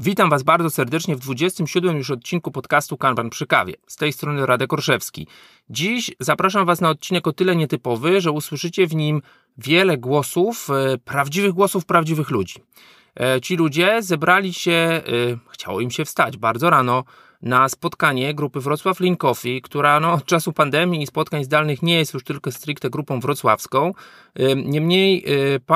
Witam Was bardzo serdecznie w 27 już odcinku podcastu Kanban przy kawie. Z tej strony Radek Orszewski. Dziś zapraszam Was na odcinek o tyle nietypowy, że usłyszycie w nim wiele głosów, prawdziwych ludzi. Ci ludzie zebrali się, chciało im się wstać bardzo rano, na spotkanie grupy Wrocław Lean Coffee, która od czasu pandemii i spotkań zdalnych nie jest już tylko stricte grupą wrocławską. Niemniej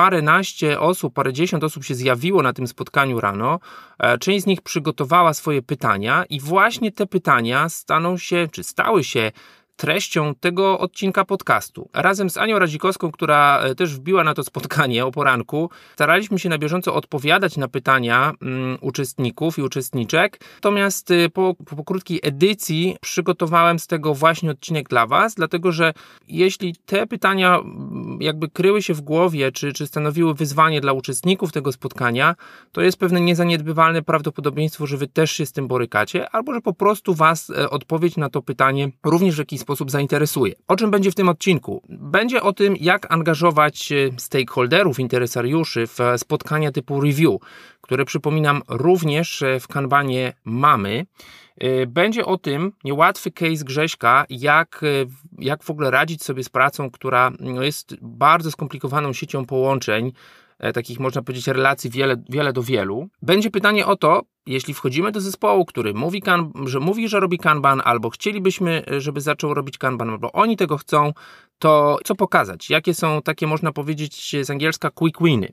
parędziesiąt osób się zjawiło na tym spotkaniu rano. Część z nich przygotowała swoje pytania i właśnie te pytania stały się treścią tego odcinka podcastu. Razem z Anią Radzikowską, która też wbiła na to spotkanie o poranku, staraliśmy się na bieżąco odpowiadać na pytania uczestników i uczestniczek. Natomiast po krótkiej edycji przygotowałem z tego właśnie odcinek dla Was, dlatego że jeśli te pytania jakby kryły się w głowie, czy stanowiły wyzwanie dla uczestników tego spotkania, to jest pewne niezaniedbywalne prawdopodobieństwo, że Wy też się z tym borykacie, albo że po prostu Was odpowiedź na to pytanie również w jakiś sposób zainteresuje. O czym będzie w tym odcinku? Będzie o tym, jak angażować stakeholderów, interesariuszy w spotkania typu review, które przypominam również w Kanbanie mamy. Będzie o tym niełatwy case Grześka, jak w ogóle radzić sobie z pracą, która jest bardzo skomplikowaną siecią połączeń, takich można powiedzieć relacji wiele do wielu. Będzie pytanie o to, jeśli wchodzimy do zespołu, który mówi, że robi Kanban, albo chcielibyśmy, żeby zaczął robić Kanban, albo oni tego chcą, to co pokazać? Jakie są takie, można powiedzieć z angielska, quick winy?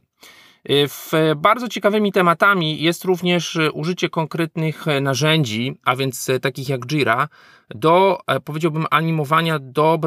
Bardzo ciekawymi tematami jest również użycie konkretnych narzędzi, a więc takich jak Jira, do, powiedziałbym, animowania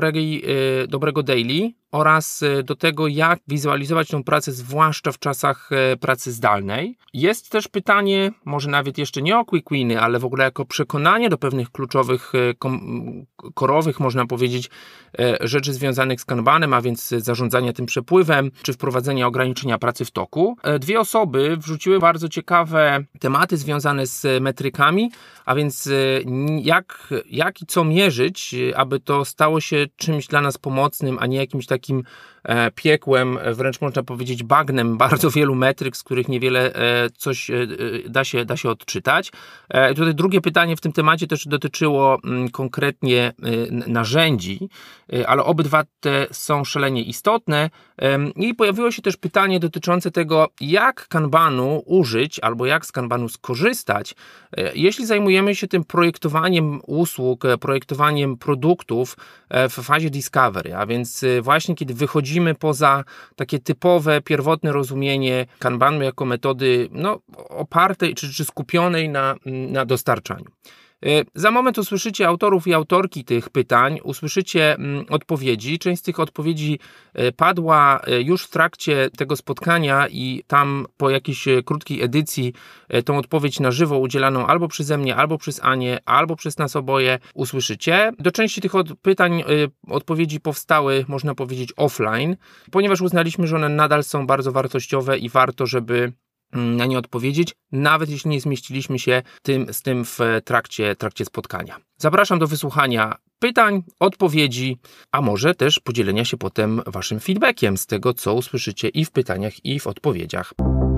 dobrego daily oraz do tego, jak wizualizować tą pracę, zwłaszcza w czasach pracy zdalnej. Jest też pytanie, może nawet jeszcze nie o quick winy, ale w ogóle jako przekonanie do pewnych kluczowych, korowych, można powiedzieć, rzeczy związanych z Kanbanem, a więc zarządzania tym przepływem, czy wprowadzenia ograniczenia pracy w toku. Dwie osoby wrzuciły bardzo ciekawe tematy związane z metrykami, a więc jak i co mierzyć, aby to stało się czymś dla nas pomocnym, a nie jakimś takim piekłem, wręcz można powiedzieć bagnem bardzo wielu metryk, z których niewiele coś da się odczytać. Tutaj drugie pytanie w tym temacie też dotyczyło konkretnie narzędzi, ale obydwa te są szalenie istotne i pojawiło się też pytanie dotyczące tego, jak Kanbanu użyć albo jak z Kanbanu skorzystać, jeśli zajmujemy się tym projektowaniem usług, projektowaniem produktów w fazie discovery, a więc właśnie kiedy wychodzimy poza takie typowe, pierwotne rozumienie Kanbanu jako metody opartej czy skupionej na dostarczaniu. Za moment usłyszycie autorów i autorki tych pytań, usłyszycie odpowiedzi. Część z tych odpowiedzi padła już w trakcie tego spotkania i tam po jakiejś krótkiej edycji tą odpowiedź na żywo udzielaną albo przeze mnie, albo przez Anię, albo przez nas oboje usłyszycie. Do części tych pytań odpowiedzi powstały, można powiedzieć, offline, ponieważ uznaliśmy, że one nadal są bardzo wartościowe i warto, żeby na nie odpowiedzieć, nawet jeśli nie zmieściliśmy się z tym w trakcie spotkania. Zapraszam do wysłuchania pytań, odpowiedzi, a może też podzielenia się potem Waszym feedbackiem z tego, co usłyszycie i w pytaniach, i w odpowiedziach.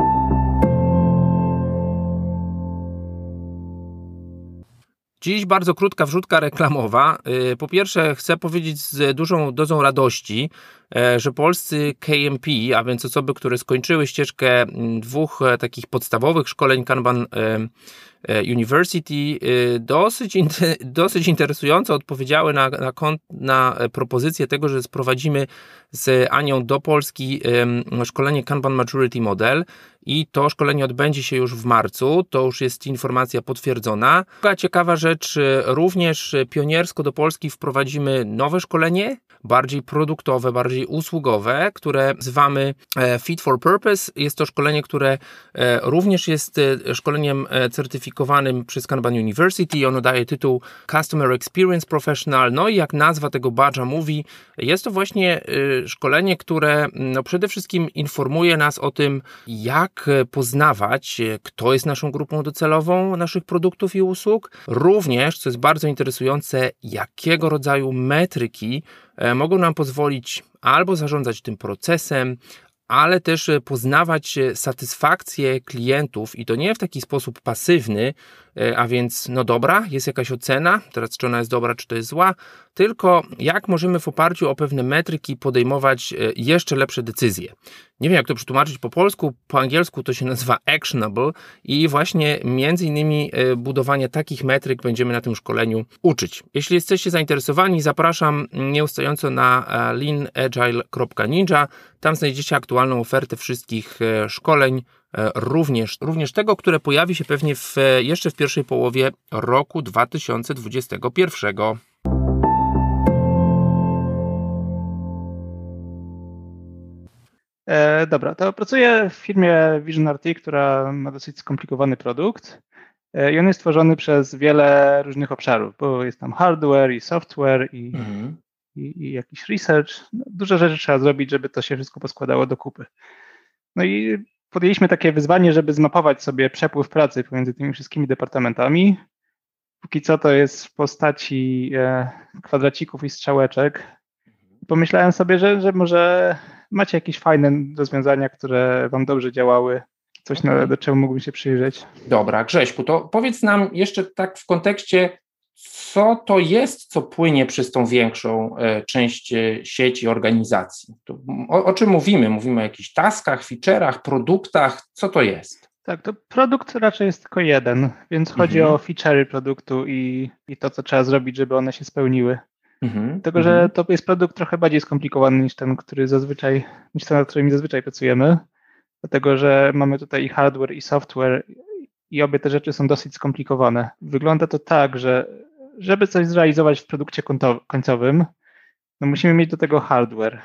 Dziś bardzo krótka wrzutka reklamowa. Po pierwsze chcę powiedzieć z dużą dozą radości, że polscy KMP, a więc osoby, które skończyły ścieżkę dwóch takich podstawowych szkoleń Kanban University, dosyć interesująco odpowiedziały na propozycję tego, że sprowadzimy z Anią do Polski szkolenie Kanban Maturity Model i to szkolenie odbędzie się już w marcu, to już jest informacja potwierdzona. Druga ciekawa rzecz, również pioniersko do Polski wprowadzimy nowe szkolenie, bardziej produktowe, bardziej usługowe, które zwamy Fit for Purpose. Jest to szkolenie, które również jest szkoleniem certyfikowanym przez Kanban University. Ono daje tytuł Customer Experience Professional. No i jak nazwa tego badża mówi, jest to właśnie szkolenie, które przede wszystkim informuje nas o tym, jak poznawać, kto jest naszą grupą docelową naszych produktów i usług. Również, co jest bardzo interesujące, jakiego rodzaju metryki mogą nam pozwolić albo zarządzać tym procesem, ale też poznawać satysfakcję klientów i to nie w taki sposób pasywny, a więc no dobra, jest jakaś ocena, teraz czy ona jest dobra, czy to jest zła, tylko jak możemy w oparciu o pewne metryki podejmować jeszcze lepsze decyzje. Nie wiem, jak to przetłumaczyć po polsku, po angielsku to się nazywa actionable i właśnie między innymi budowanie takich metryk będziemy na tym szkoleniu uczyć. Jeśli jesteście zainteresowani, zapraszam nieustająco na leanagile.ninja. Tam znajdziecie aktualną ofertę wszystkich szkoleń, również tego, które pojawi się pewnie jeszcze w pierwszej połowie roku 2021. Dobra, to pracuję w firmie Vision RT, która ma dosyć skomplikowany produkt i on jest tworzony przez wiele różnych obszarów, bo jest tam hardware i software i jakiś research. Dużo rzeczy trzeba zrobić, żeby to się wszystko poskładało do kupy. No i podjęliśmy takie wyzwanie, żeby zmapować sobie przepływ pracy pomiędzy tymi wszystkimi departamentami. Póki co to jest w postaci kwadracików i strzałeczek. Pomyślałem sobie, że może macie jakieś fajne rozwiązania, które wam dobrze działały, coś do czego mógłbym się przyjrzeć. Dobra, Grześku, to powiedz nam jeszcze tak w kontekście, co to jest, co płynie przez tą większą część sieci organizacji. O czym mówimy? Mówimy o jakichś taskach, feature'ach, produktach, co to jest? Tak, to produkt raczej jest tylko jeden, więc chodzi o feature'y produktu i to, co trzeba zrobić, żeby one się spełniły. Tylko, że to jest produkt trochę bardziej skomplikowany niż ten, nad którymi zazwyczaj pracujemy, dlatego, że mamy tutaj i hardware, i software i obie te rzeczy są dosyć skomplikowane. Wygląda to tak, że żeby coś zrealizować w produkcie końcowym, no musimy mieć do tego hardware.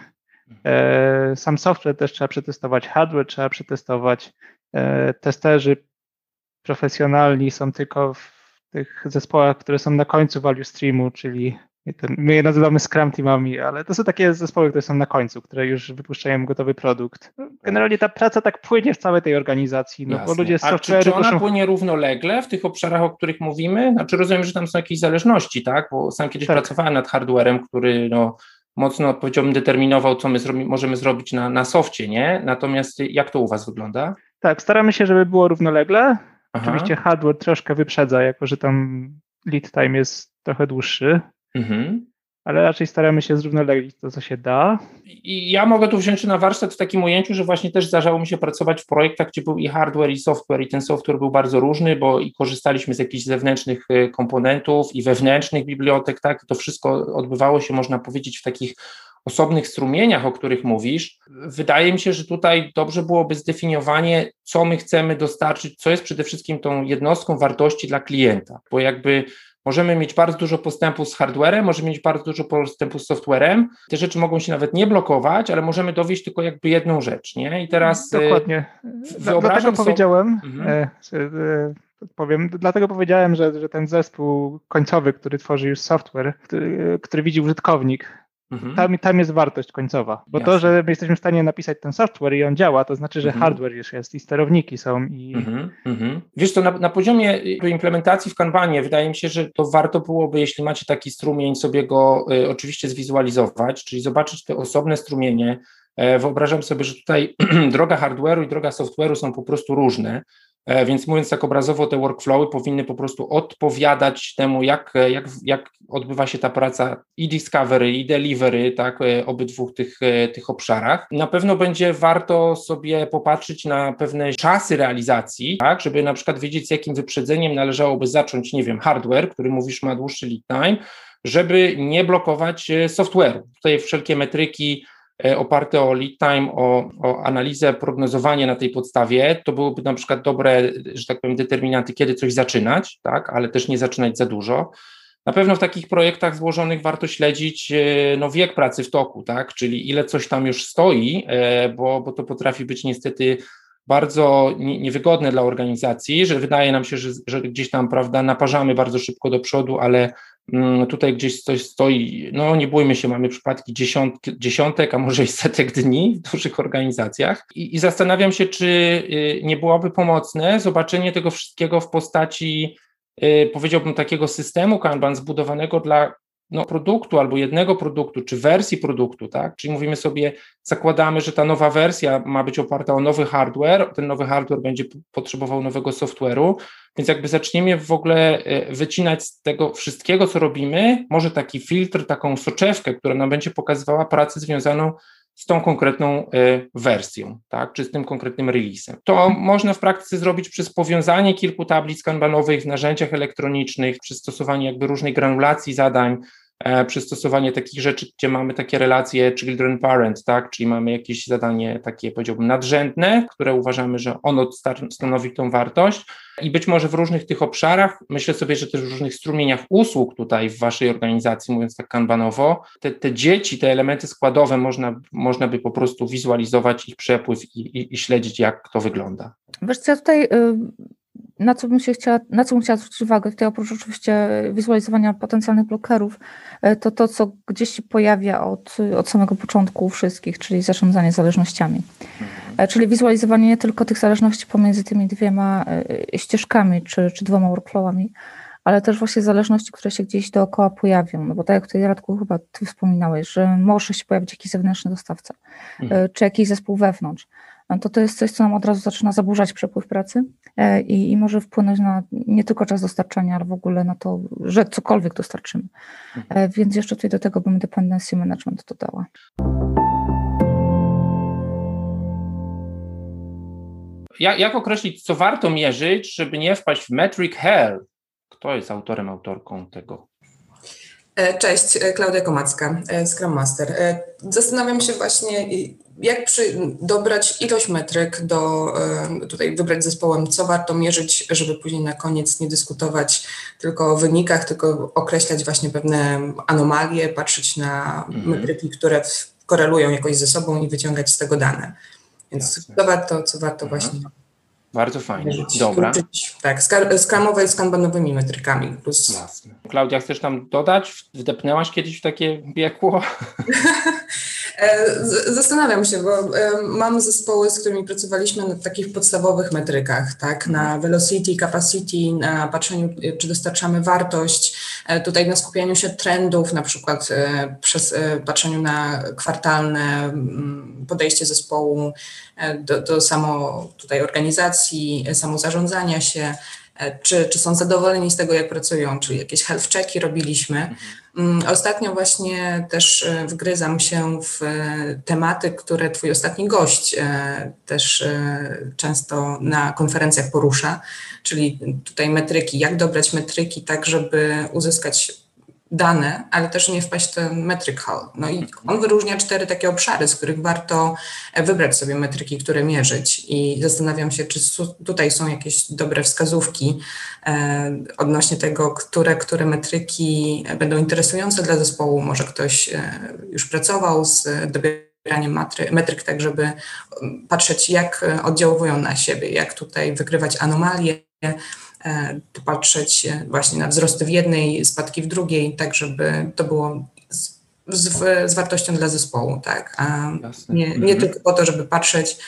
Sam software też trzeba przetestować, hardware trzeba przetestować. Testerzy profesjonalni są tylko w tych zespołach, które są na końcu value streamu, czyli my je nazywamy Scrum Teamami, ale to są takie zespoły, które są na końcu, które już wypuszczają gotowy produkt. Generalnie ta praca tak płynie w całej tej organizacji, no bo ludzie z software'u... Czy ona płynie równolegle w tych obszarach, o których mówimy? Znaczy rozumiem, że tam są jakieś zależności, tak? Bo sam kiedyś pracowałem nad hardwarem, który mocno, powiedziałbym, determinował, co my możemy zrobić na softie, nie? Natomiast jak to u was wygląda? Tak, staramy się, żeby było równolegle. Oczywiście hardware troszkę wyprzedza, jako że tam lead time jest trochę dłuższy. Ale raczej staramy się zrównoleglić to, co się da. I ja mogę tu wziąć na warsztat w takim ujęciu, że właśnie też zdarzało mi się pracować w projektach, gdzie był i hardware, i software, i ten software był bardzo różny, bo i korzystaliśmy z jakichś zewnętrznych komponentów i wewnętrznych bibliotek, tak? To wszystko odbywało się, można powiedzieć, w takich osobnych strumieniach, o których mówisz. Wydaje mi się, że tutaj dobrze byłoby zdefiniowanie, co my chcemy dostarczyć, co jest przede wszystkim tą jednostką wartości dla klienta, bo jakby możemy mieć bardzo dużo postępu z hardwarem, możemy mieć bardzo dużo postępu z softwarem. Te rzeczy mogą się nawet nie blokować, ale możemy dowieść tylko jakby jedną rzecz, nie? I teraz dokładnie. Dlatego powiedziałem, dlatego powiedziałem, że ten zespół końcowy, który tworzy już software, który widzi użytkownik, tam jest wartość końcowa, bo to, że my jesteśmy w stanie napisać ten software i on działa, to znaczy, że hardware już jest i sterowniki są. Wiesz co, na poziomie implementacji w Kanbanie wydaje mi się, że to warto byłoby, jeśli macie taki strumień, sobie go oczywiście zwizualizować, czyli zobaczyć te osobne strumienie. Wyobrażam sobie, że tutaj droga hardware'u i droga software'u są po prostu różne. Więc mówiąc tak obrazowo, te workflowy powinny po prostu odpowiadać temu, jak odbywa się ta praca i discovery, i delivery, tak, obydwu tych obszarach. Na pewno będzie warto sobie popatrzeć na pewne czasy realizacji, tak, żeby na przykład wiedzieć, z jakim wyprzedzeniem należałoby zacząć, nie wiem, hardware, który mówisz ma dłuższy lead time, żeby nie blokować software'u. Tutaj wszelkie metryki oparte o lead time, o analizę, prognozowanie na tej podstawie, to byłyby na przykład dobre, że tak powiem, determinanty, kiedy coś zaczynać, tak, ale też nie zaczynać za dużo. Na pewno w takich projektach złożonych warto śledzić wiek pracy w toku, tak, czyli ile coś tam już stoi, bo to potrafi być niestety bardzo niewygodne dla organizacji, że wydaje nam się, że gdzieś tam, prawda, naparzamy bardzo szybko do przodu, ale tutaj gdzieś coś stoi, nie bójmy się, mamy przypadki dziesiątek, a może i setek dni w dużych organizacjach i zastanawiam się, czy nie byłoby pomocne zobaczenie tego wszystkiego w postaci, powiedziałbym, takiego systemu Kanban zbudowanego dla produktu albo jednego produktu, czy wersji produktu, tak? Czyli mówimy sobie, zakładamy, że ta nowa wersja ma być oparta o nowy hardware, ten nowy hardware będzie potrzebował nowego software'u, więc jakby zaczniemy w ogóle wycinać z tego wszystkiego, co robimy, może taki filtr, taką soczewkę, która nam będzie pokazywała pracę związaną z tą konkretną wersją, tak, czy z tym konkretnym releasem. To można w praktyce zrobić przez powiązanie kilku tablic kanbanowych w narzędziach elektronicznych, przez stosowanie jakby różnej granulacji zadań, przez stosowanie takich rzeczy, gdzie mamy takie relacje children-parent, tak, czyli mamy jakieś zadanie takie, powiedziałbym, nadrzędne, które uważamy, że ono stanowi tą wartość i być może w różnych tych obszarach, myślę sobie, że też w różnych strumieniach usług tutaj w waszej organizacji, mówiąc tak kanbanowo, te dzieci, te elementy składowe można by po prostu wizualizować ich przepływ i śledzić, jak to wygląda. Wiesz co, ja tutaj na co bym chciała zwrócić uwagę, tutaj oprócz oczywiście wizualizowania potencjalnych blokerów, to co gdzieś się pojawia od samego początku wszystkich, czyli zarządzanie zależnościami. Czyli wizualizowanie nie tylko tych zależności pomiędzy tymi dwiema ścieżkami, czy dwoma workflowami, ale też właśnie zależności, które się gdzieś dookoła pojawią. No bo tak jak tutaj, Radku, chyba ty wspominałeś, że może się pojawić jakiś zewnętrzny dostawca, czy jakiś zespół wewnątrz. To jest coś, co nam od razu zaczyna zaburzać przepływ pracy i może wpłynąć na nie tylko czas dostarczania, ale w ogóle na to, że cokolwiek dostarczymy. Więc jeszcze tutaj do tego bym dependency management dodała. Jak określić, co warto mierzyć, żeby nie wpaść w metric hell? Kto jest autorką tego? Cześć, Klaudia Komacka, Scrum Master. Zastanawiam się właśnie, jak dobrać ilość metryk tutaj wybrać zespołem, co warto mierzyć, żeby później na koniec nie dyskutować tylko o wynikach, tylko określać właśnie pewne anomalie, patrzeć na metryki, które korelują jakoś ze sobą i wyciągać z tego dane. Więc co warto właśnie... Bardzo fajnie, dobra. Tak, skramowe z kanbanowymi metrykami. Jasne. Klaudia, chcesz tam dodać? Wdepnęłaś kiedyś w takie piekło? Zastanawiam się, bo mam zespoły, z którymi pracowaliśmy na takich podstawowych metrykach, tak, na velocity, capacity, na patrzeniu, czy dostarczamy wartość, tutaj na skupianiu się trendów, na przykład przez patrzeniu na kwartalne podejście zespołu do tutaj organizacji, samozarządzania się, czy są zadowoleni z tego, jak pracują, czyli jakieś health checki robiliśmy. Ostatnio właśnie też wgryzam się w tematy, które twój ostatni gość też często na konferencjach porusza, czyli tutaj metryki, jak dobrać metryki tak, żeby uzyskać dane, ale też nie wpaść w ten metric hell. No i on wyróżnia 4 takie obszary, z których warto wybrać sobie metryki, które mierzyć i zastanawiam się, czy tutaj są jakieś dobre wskazówki odnośnie tego, które metryki będą interesujące dla zespołu. Może ktoś już pracował z dobieraniem metryk, tak żeby patrzeć, jak oddziałują na siebie, jak tutaj wykrywać anomalie, patrzeć właśnie na wzrosty w jednej, spadki w drugiej, tak żeby to było z wartością dla zespołu, tak? A nie tylko po to, żeby patrzeć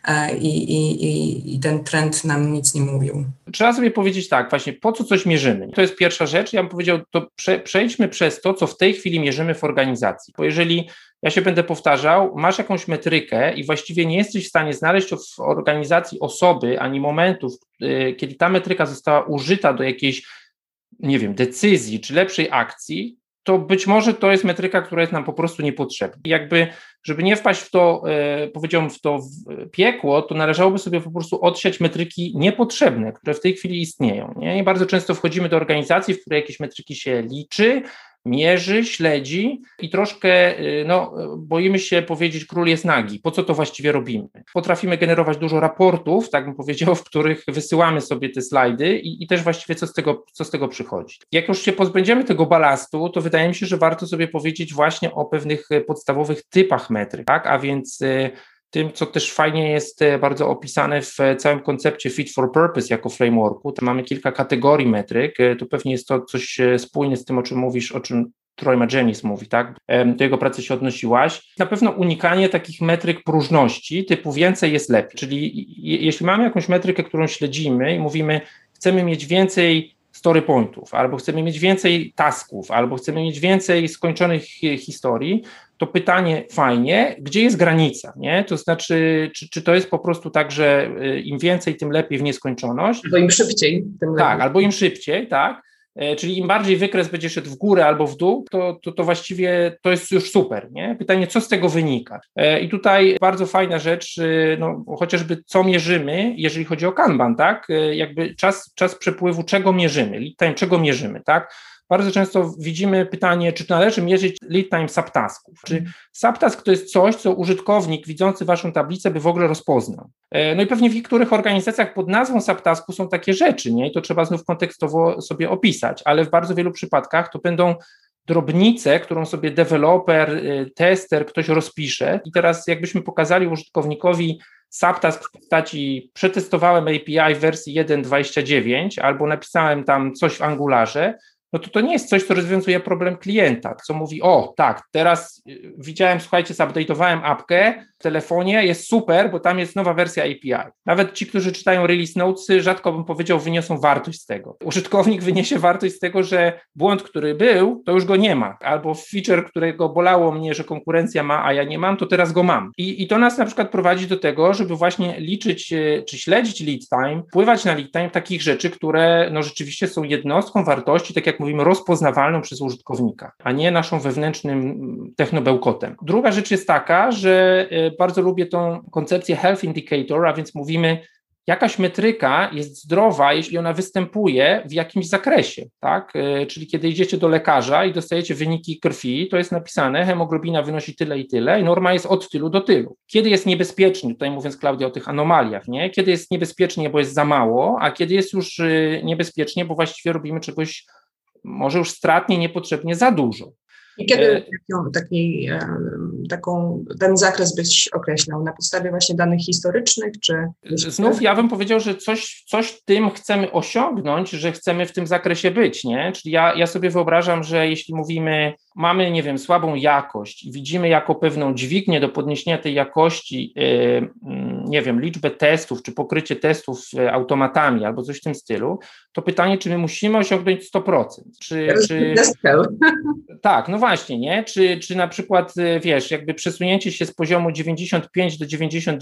i ten trend nam nic nie mówił. Trzeba sobie powiedzieć tak, właśnie po co coś mierzymy? To jest pierwsza rzecz. Ja bym powiedział, to przejdźmy przez to, co w tej chwili mierzymy w organizacji. Bo jeżeli ja się będę powtarzał, masz jakąś metrykę i właściwie nie jesteś w stanie znaleźć w organizacji osoby ani momentów, kiedy ta metryka została użyta do jakiejś, nie wiem, decyzji czy lepszej akcji, to być może to jest metryka, która jest nam po prostu niepotrzebna. Jakby, żeby nie wpaść w to, powiedziałbym, w to piekło, to należałoby sobie po prostu odsiać metryki niepotrzebne, które w tej chwili istnieją. Nie? I bardzo często wchodzimy do organizacji, w której jakieś metryki się liczy, mierzy, śledzi i troszkę boimy się powiedzieć, król jest nagi. Po co to właściwie robimy? Potrafimy generować dużo raportów, tak bym powiedział, w których wysyłamy sobie te slajdy i też właściwie co z tego przychodzi. Jak już się pozbędziemy tego balastu, to wydaje mi się, że warto sobie powiedzieć właśnie o pewnych podstawowych typach metryk, tak? A więc tym, co też fajnie jest bardzo opisane w całym koncepcie Fit for Purpose jako frameworku. Tam mamy kilka kategorii metryk, to pewnie jest to coś spójne z tym, o czym mówisz, o czym Troy Magenis mówi, tak? Do jego pracy się odnosiłaś. Na pewno unikanie takich metryk próżności, typu więcej jest lepiej. Czyli jeśli mamy jakąś metrykę, którą śledzimy i mówimy, chcemy mieć więcej story pointów, albo chcemy mieć więcej tasków, albo chcemy mieć więcej skończonych historii, to pytanie fajnie, gdzie jest granica, nie? To znaczy, czy to jest po prostu tak, że im więcej, tym lepiej w nieskończoność? Albo im szybciej, tym lepiej. Tak, albo im szybciej, tak. Czyli im bardziej wykres będzie szedł w górę albo w dół, to właściwie to jest już super, nie? Pytanie, co z tego wynika? I tutaj bardzo fajna rzecz, no, chociażby co mierzymy, jeżeli chodzi o Kanban, tak? Jakby czas przepływu, czego mierzymy, lead time, czego mierzymy, tak? Bardzo często widzimy pytanie, czy należy mierzyć lead time subtasków. Czy subtask to jest coś, co użytkownik widzący waszą tablicę by w ogóle rozpoznał. No i pewnie w niektórych organizacjach pod nazwą subtasku są takie rzeczy, nie? I to trzeba znów kontekstowo sobie opisać, ale w bardzo wielu przypadkach to będą drobnice, którą sobie deweloper, tester, ktoś rozpisze i teraz jakbyśmy pokazali użytkownikowi subtask w postaci przetestowałem API w wersji 1.29 albo napisałem tam coś w Angularze, no to nie jest coś, co rozwiązuje problem klienta, co mówi, o tak, teraz widziałem, słuchajcie, zupdate'owałem apkę w telefonie, jest super, bo tam jest nowa wersja API. Nawet ci, którzy czytają release notesy, rzadko bym powiedział, wyniosą wartość z tego. Użytkownik wyniesie wartość z tego, że błąd, który był, to już go nie ma, albo feature, którego bolało mnie, że konkurencja ma, a ja nie mam, to teraz go mam. I to nas na przykład prowadzi do tego, żeby właśnie liczyć, czy śledzić lead time, wpływać na lead time takich rzeczy, które no rzeczywiście są jednostką wartości, tak jak mówimy, rozpoznawalną przez użytkownika, a nie naszą wewnętrznym technobełkotem. Druga rzecz jest taka, że bardzo lubię tą koncepcję health indicator, a więc mówimy, jakaś metryka jest zdrowa, jeśli ona występuje w jakimś zakresie, tak? Czyli kiedy idziecie do lekarza i dostajecie wyniki krwi, to jest napisane, hemoglobina wynosi tyle i tyle i norma jest od tylu do tylu. Kiedy jest niebezpiecznie, tutaj mówiąc Klaudia o tych anomaliach, nie? Kiedy jest niebezpiecznie, bo jest za mało, a kiedy jest już niebezpiecznie, bo właściwie robimy czegoś może już stratnie, niepotrzebnie za dużo. I kiedy ten zakres byś określał? Na podstawie właśnie danych historycznych, czy... Znów ja bym powiedział, że coś tym chcemy osiągnąć, że chcemy w tym zakresie być, nie? Czyli ja sobie wyobrażam, że jeśli mówimy, mamy, nie wiem, słabą jakość i widzimy jako pewną dźwignię do podniesienia tej jakości, nie wiem, liczbę testów, czy pokrycie testów automatami, albo coś w tym stylu, to pytanie, czy my musimy osiągnąć 100%? Tak, no właśnie, nie? Czy na przykład, wiesz, jakby przesunięcie się z poziomu 95 do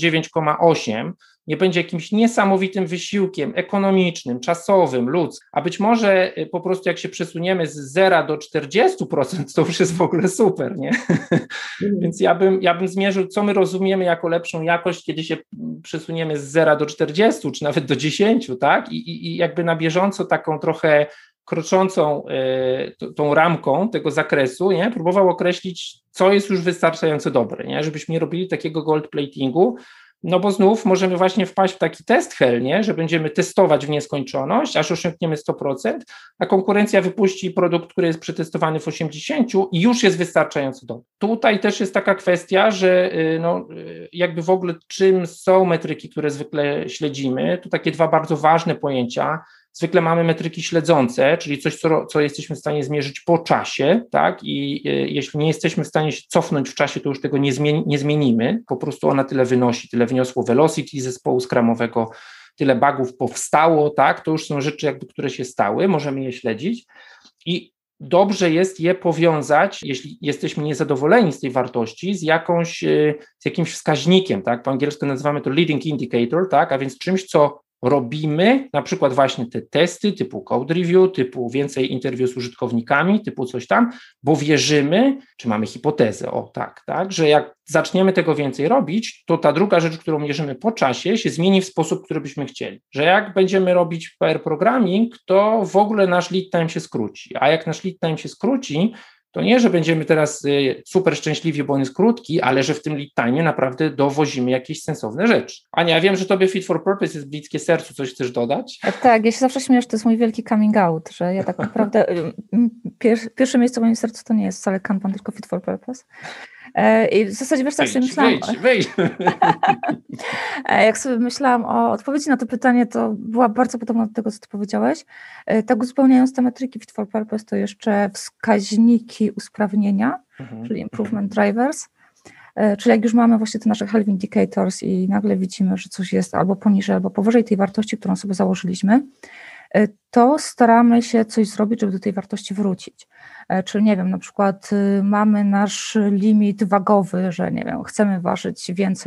99,8 nie będzie jakimś niesamowitym wysiłkiem ekonomicznym, czasowym, ludzkim, a być może po prostu jak się przesuniemy z 0 do 40%, to już jest w ogóle super, nie? Więc ja bym zmierzył, co my rozumiemy jako lepszą jakość, kiedy się przesuniemy z 0 do 40, czy nawet do 10, tak? I jakby na bieżąco taką trochę kroczącą tą ramką tego zakresu, nie? Próbował określić, co jest już wystarczająco dobre, nie? Żebyśmy nie robili takiego gold platingu, no bo znów możemy właśnie wpaść w taki test hell, nie? Że będziemy testować w nieskończoność, aż osiągniemy 100%, a konkurencja wypuści produkt, który jest przetestowany w 80% i już jest wystarczająco dobry. Tutaj też jest taka kwestia, że no, jakby w ogóle czym są metryki, które zwykle śledzimy, to takie dwa bardzo ważne pojęcia. Zwykle mamy metryki śledzące, czyli coś, co jesteśmy w stanie zmierzyć po czasie, tak? I jeśli nie jesteśmy w stanie się cofnąć w czasie, to już tego nie zmienimy. Po prostu ona tyle wynosi, tyle wyniosło velocity zespołu scrumowego, tyle bugów powstało, tak? To już są rzeczy, jakby, które się stały, możemy je śledzić i dobrze jest je powiązać, jeśli jesteśmy niezadowoleni z tej wartości, z jakimś wskaźnikiem, tak? Po angielsku nazywamy to leading indicator, tak? A więc czymś, co robimy, na przykład właśnie te testy typu code review, typu więcej interwiu z użytkownikami, typu coś tam, bo wierzymy, czy mamy hipotezę, tak, że jak zaczniemy tego więcej robić, to ta druga rzecz, którą mierzymy po czasie, się zmieni w sposób, który byśmy chcieli. Że jak będziemy robić pair programming, to w ogóle nasz lead time się skróci, a jak nasz lead time się skróci, to nie, że będziemy teraz super szczęśliwi, bo on jest krótki, ale że w tym lead time naprawdę dowozimy jakieś sensowne rzeczy. Ania, ja wiem, że tobie fit for purpose jest bliskie sercu, coś chcesz dodać? Tak, ja się zawsze śmieję, że to jest mój wielki coming out, że ja tak naprawdę pierwsze miejsce w moim sercu to nie jest wcale Kanban, tylko fit for purpose. I w zasadzie wiesz, tak sobie myślałam. Wyjdź. Jak sobie myślałam o odpowiedzi na to pytanie, to była bardzo podobna do tego, co ty powiedziałeś. Tak uzupełniając te metryki fit for purpose, to jeszcze wskaźniki usprawnienia, czyli improvement drivers. Czyli jak już mamy właśnie te nasze health indicators i nagle widzimy, że coś jest albo poniżej, albo powyżej tej wartości, którą sobie założyliśmy, to staramy się coś zrobić, żeby do tej wartości wrócić. Czyli nie wiem, na przykład mamy nasz limit wagowy, że nie wiem, chcemy ważyć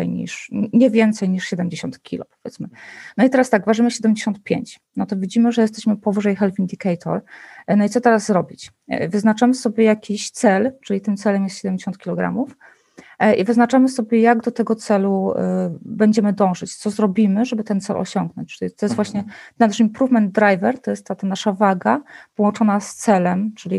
nie więcej niż 70 kg, powiedzmy. No i teraz tak, ważymy 75, no to widzimy, że jesteśmy powyżej Health Indicator. No i co teraz zrobić? Wyznaczamy sobie jakiś cel, czyli tym celem jest 70 kg, i wyznaczamy sobie, jak do tego celu będziemy dążyć, co zrobimy, żeby ten cel osiągnąć. Czyli to jest właśnie nasz improvement driver, to jest ta nasza waga połączona z celem, czyli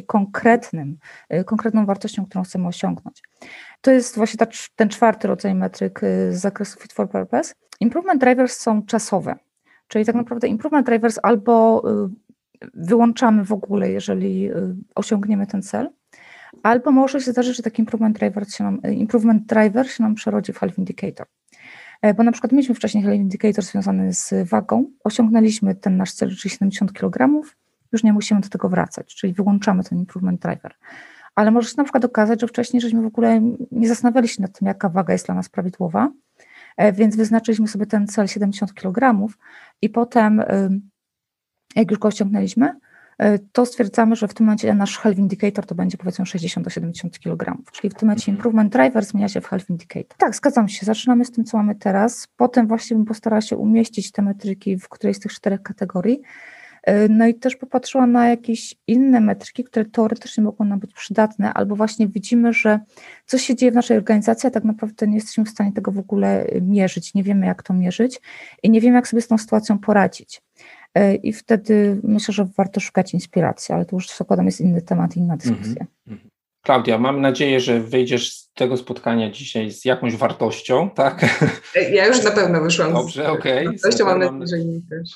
konkretną wartością, którą chcemy osiągnąć. To jest właśnie ten czwarty rodzaj metryk z zakresu Fit for Purpose. Improvement drivers są czasowe, czyli tak naprawdę improvement drivers albo wyłączamy w ogóle, jeżeli osiągniemy ten cel, albo może się zdarzyć, że taki improvement driver się nam przerodzi w Health Indicator. Bo na przykład mieliśmy wcześniej Health Indicator związany z wagą, osiągnęliśmy ten nasz cel, czyli 70 kg, już nie musimy do tego wracać, czyli wyłączamy ten improvement driver. Ale może się na przykład okazać, że wcześniej żeśmy w ogóle nie zastanawiali się nad tym, jaka waga jest dla nas prawidłowa, więc wyznaczyliśmy sobie ten cel 70 kg i potem, jak już go osiągnęliśmy, to stwierdzamy, że w tym momencie nasz Health Indicator to będzie powiedzmy 60 do 70 kg, czyli w tym momencie Improvement Driver zmienia się w Health Indicator. Tak, zgadzam się, zaczynamy z tym, co mamy teraz, potem właśnie bym postarała się umieścić te metryki w którejś z tych 4 kategorii, no i też popatrzyła na jakieś inne metryki, które teoretycznie mogą nam być przydatne, albo właśnie widzimy, że coś się dzieje w naszej organizacji, a tak naprawdę nie jesteśmy w stanie tego w ogóle mierzyć, nie wiemy, jak to mierzyć i nie wiemy, jak sobie z tą sytuacją poradzić. I wtedy myślę, że warto szukać inspiracji, ale to już zakładam jest inny temat, inna dyskusja. Klaudia, mam nadzieję, że wyjdziesz z tego spotkania dzisiaj z jakąś wartością, tak? Ja już na pewno wyszłam. Dobrze, okej. Wartością, mam nadzieję, że inni też.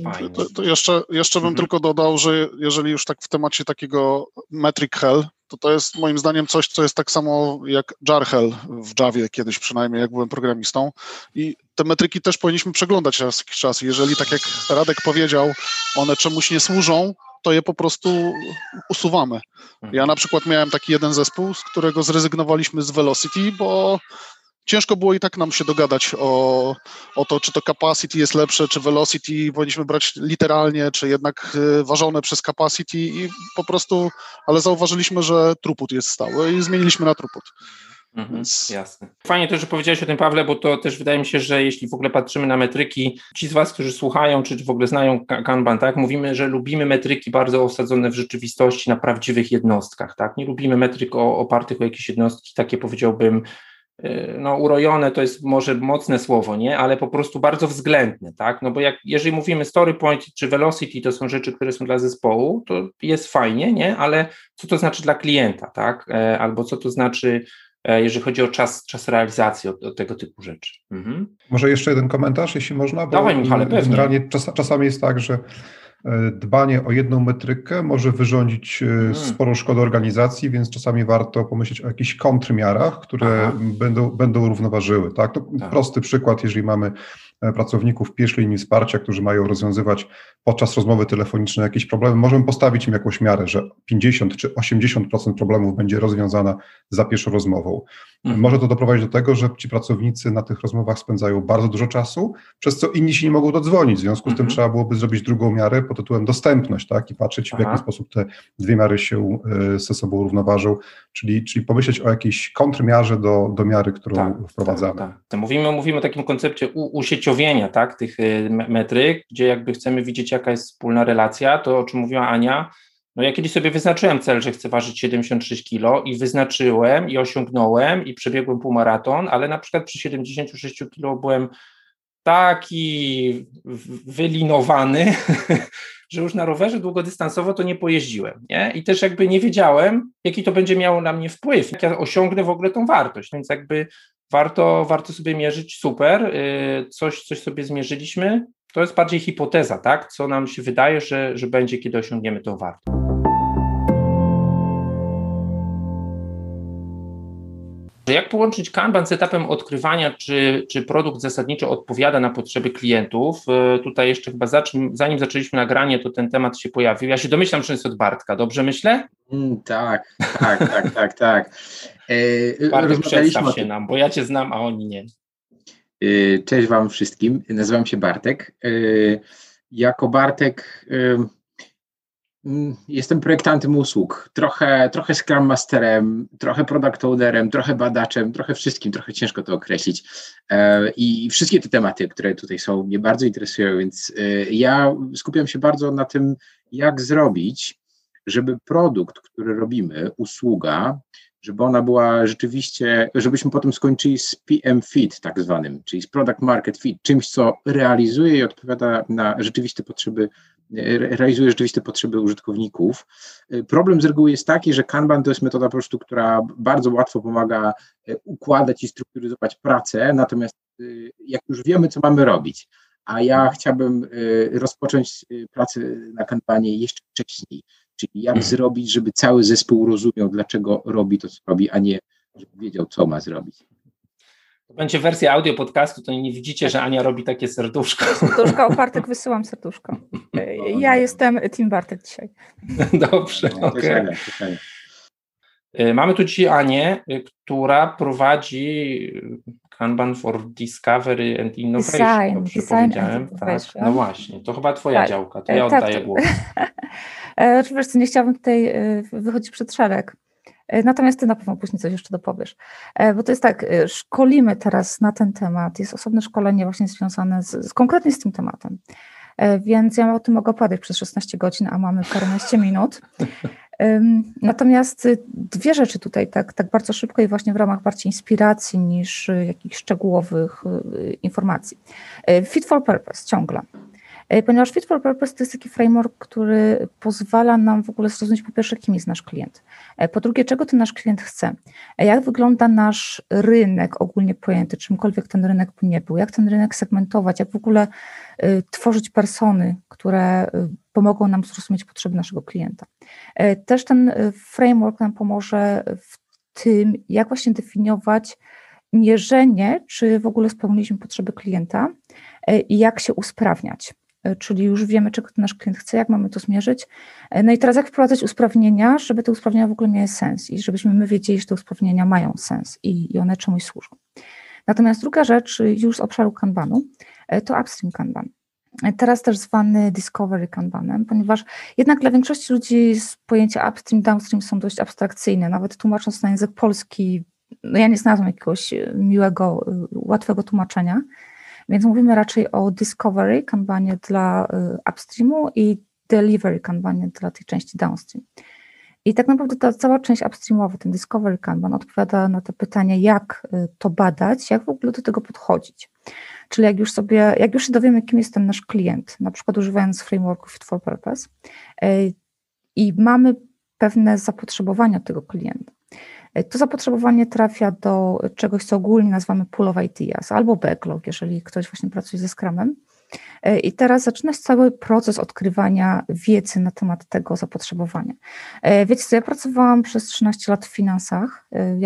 To jeszcze bym tylko dodał, że jeżeli już tak w temacie takiego metric hell, to jest moim zdaniem coś, co jest tak samo jak jar hell w Javie kiedyś przynajmniej, jak byłem programistą i te metryki też powinniśmy przeglądać raz jakiś czas. Jeżeli, tak jak Radek powiedział, one czemuś nie służą, to je po prostu usuwamy. Ja na przykład miałem taki jeden zespół, z którego zrezygnowaliśmy z Velocity, bo ciężko było i tak nam się dogadać o to, czy to capacity jest lepsze, czy velocity powinniśmy brać literalnie, czy jednak ważone przez capacity i po prostu, ale zauważyliśmy, że throughput jest stały i zmieniliśmy na throughput. Więc... Jasne. Fajnie też, że powiedziałeś o tym, Pawle, bo to też wydaje mi się, że jeśli w ogóle patrzymy na metryki, ci z Was, którzy słuchają, czy w ogóle znają Kanban, tak, mówimy, że lubimy metryki bardzo osadzone w rzeczywistości, na prawdziwych jednostkach, tak, nie lubimy metryk opartych o jakieś jednostki, takie powiedziałbym, no urojone to jest może mocne słowo, nie, ale po prostu bardzo względne, tak, no bo jeżeli mówimy story point czy velocity, to są rzeczy, które są dla zespołu, to jest fajnie, nie, ale co to znaczy dla klienta, tak, albo co to znaczy, jeżeli chodzi o czas realizacji, o tego typu rzeczy. Może jeszcze jeden komentarz, jeśli można, bo dawaj, Michale, generalnie czasami jest tak, że dbanie o jedną metrykę może wyrządzić sporo szkody organizacji, więc czasami warto pomyśleć o jakichś kontrmiarach, które będą równoważyły. Tak? To prosty przykład, jeżeli mamy pracowników pierwszej linii wsparcia, którzy mają rozwiązywać podczas rozmowy telefonicznej jakieś problemy, możemy postawić im jakąś miarę, że 50 czy 80% problemów będzie rozwiązana za pierwszą rozmową. Może to doprowadzić do tego, że ci pracownicy na tych rozmowach spędzają bardzo dużo czasu, przez co inni się nie mogą dodzwonić. W związku z tym trzeba byłoby zrobić drugą miarę pod tytułem dostępność, tak? I patrzeć, w jaki sposób te dwie miary się ze sobą równoważą, czyli pomyśleć o jakiejś kontrmiarze do miary, którą wprowadzamy. Tak. Mówimy o takim koncepcie usieciowienia, tak? Tych metryk, gdzie jakby chcemy widzieć, jaka jest wspólna relacja, to o czym mówiła Ania. No ja kiedyś sobie wyznaczyłem cel, że chcę ważyć 76 kg i wyznaczyłem i osiągnąłem i przebiegłem półmaraton, ale na przykład przy 76 kg byłem taki wylinowany, że już na rowerze długodystansowo to nie pojeździłem, nie? I też jakby nie wiedziałem, jaki to będzie miało na mnie wpływ, jak ja osiągnę w ogóle tą wartość, więc jakby warto sobie mierzyć, super, coś sobie zmierzyliśmy, to jest bardziej hipoteza, tak? Co nam się wydaje, że będzie, kiedy osiągniemy tą wartość. Jak połączyć Kanban z etapem odkrywania, czy produkt zasadniczo odpowiada na potrzeby klientów? Tutaj jeszcze chyba zanim zaczęliśmy nagranie, to ten temat się pojawił. Ja się domyślam, że jest od Bartka. Dobrze myślę? Tak. Bartek, przedstaw się nam, bo ja Cię znam, a oni nie. Cześć Wam wszystkim, nazywam się Bartek. jako Bartek jestem projektantem usług, trochę Scrum Masterem, trochę Product Ownerem, trochę badaczem, trochę wszystkim, trochę ciężko to określić. I wszystkie te tematy, które tutaj są, mnie bardzo interesują, więc ja skupiam się bardzo na tym, jak zrobić, żeby produkt, który robimy, usługa, żeby ona była rzeczywiście, żebyśmy potem skończyli z PM Fit tak zwanym, czyli z Product Market Fit, czymś, co realizuje i odpowiada na rzeczywiste potrzeby, realizuje rzeczywiste potrzeby użytkowników. Problem z reguły jest taki, że Kanban to jest metoda po prostu, która bardzo łatwo pomaga układać i strukturyzować pracę, natomiast jak już wiemy, co mamy robić, a ja chciałbym rozpocząć pracę na Kanbanie jeszcze wcześniej, czyli jak zrobić, żeby cały zespół rozumiał, dlaczego robi to, co robi, a nie żeby wiedział, co ma zrobić. To będzie wersja audio podcastu, to nie widzicie, że Ania robi takie serduszko. Serduszko, Bartek, wysyłam serduszko. Ja jestem Team Bartek dzisiaj. Dobrze, okej. Mamy tu dzisiaj Anię, która prowadzi Kanban for Discovery and Innovation. Design and tak. No właśnie, to chyba twoja działka, to ja oddaję głos. Oczywiście nie chciałabym tutaj wychodzić przed szereg, natomiast ty na pewno później coś jeszcze dopowiesz, bo to jest tak, szkolimy teraz na ten temat, jest osobne szkolenie właśnie związane konkretnie z tym tematem, więc ja o tym mogę opowiadać przez 16 godzin, a mamy paręnaście minut. Natomiast dwie rzeczy tutaj tak bardzo szybko i właśnie w ramach bardziej inspiracji niż jakichś szczegółowych informacji. Fit for Purpose ciągle. Ponieważ Fit for Purpose to jest taki framework, który pozwala nam w ogóle zrozumieć po pierwsze, kim jest nasz klient, po drugie, czego ten nasz klient chce, jak wygląda nasz rynek ogólnie pojęty, czymkolwiek ten rynek by nie był, jak ten rynek segmentować, jak w ogóle tworzyć persony, które pomogą nam zrozumieć potrzeby naszego klienta. Też ten framework nam pomoże w tym, jak właśnie definiować mierzenie, czy w ogóle spełniliśmy potrzeby klienta i jak się usprawniać. Czyli już wiemy, czego nasz klient chce, jak mamy to zmierzyć. No i teraz jak wprowadzać usprawnienia, żeby te usprawnienia w ogóle miały sens i żebyśmy my wiedzieli, że te usprawnienia mają sens i one czemuś służą. Natomiast druga rzecz już z obszaru Kanbanu to Upstream Kanban. Teraz też zwany Discovery Kanbanem, ponieważ jednak dla większości ludzi pojęcia upstream, downstream są dość abstrakcyjne. Nawet tłumacząc na język polski, no ja nie znalazłam jakiegoś miłego, łatwego tłumaczenia, więc mówimy raczej o Discovery Kanbanie dla upstreamu i Delivery Kanbanie dla tej części downstream. I tak naprawdę ta cała część upstreamowa, ten Discovery Kanban odpowiada na te pytania, jak to badać, jak w ogóle do tego podchodzić. Czyli jak już się dowiemy, kim jest ten nasz klient, na przykład używając frameworku Fit for Purpose i mamy pewne zapotrzebowania tego klienta, to zapotrzebowanie trafia do czegoś, co ogólnie nazywamy pool of ideas albo backlog, jeżeli ktoś właśnie pracuje ze Scrumem. I teraz zaczyna się cały proces odkrywania wiedzy na temat tego zapotrzebowania. Wiecie co, ja pracowałam przez 13 lat w finansach,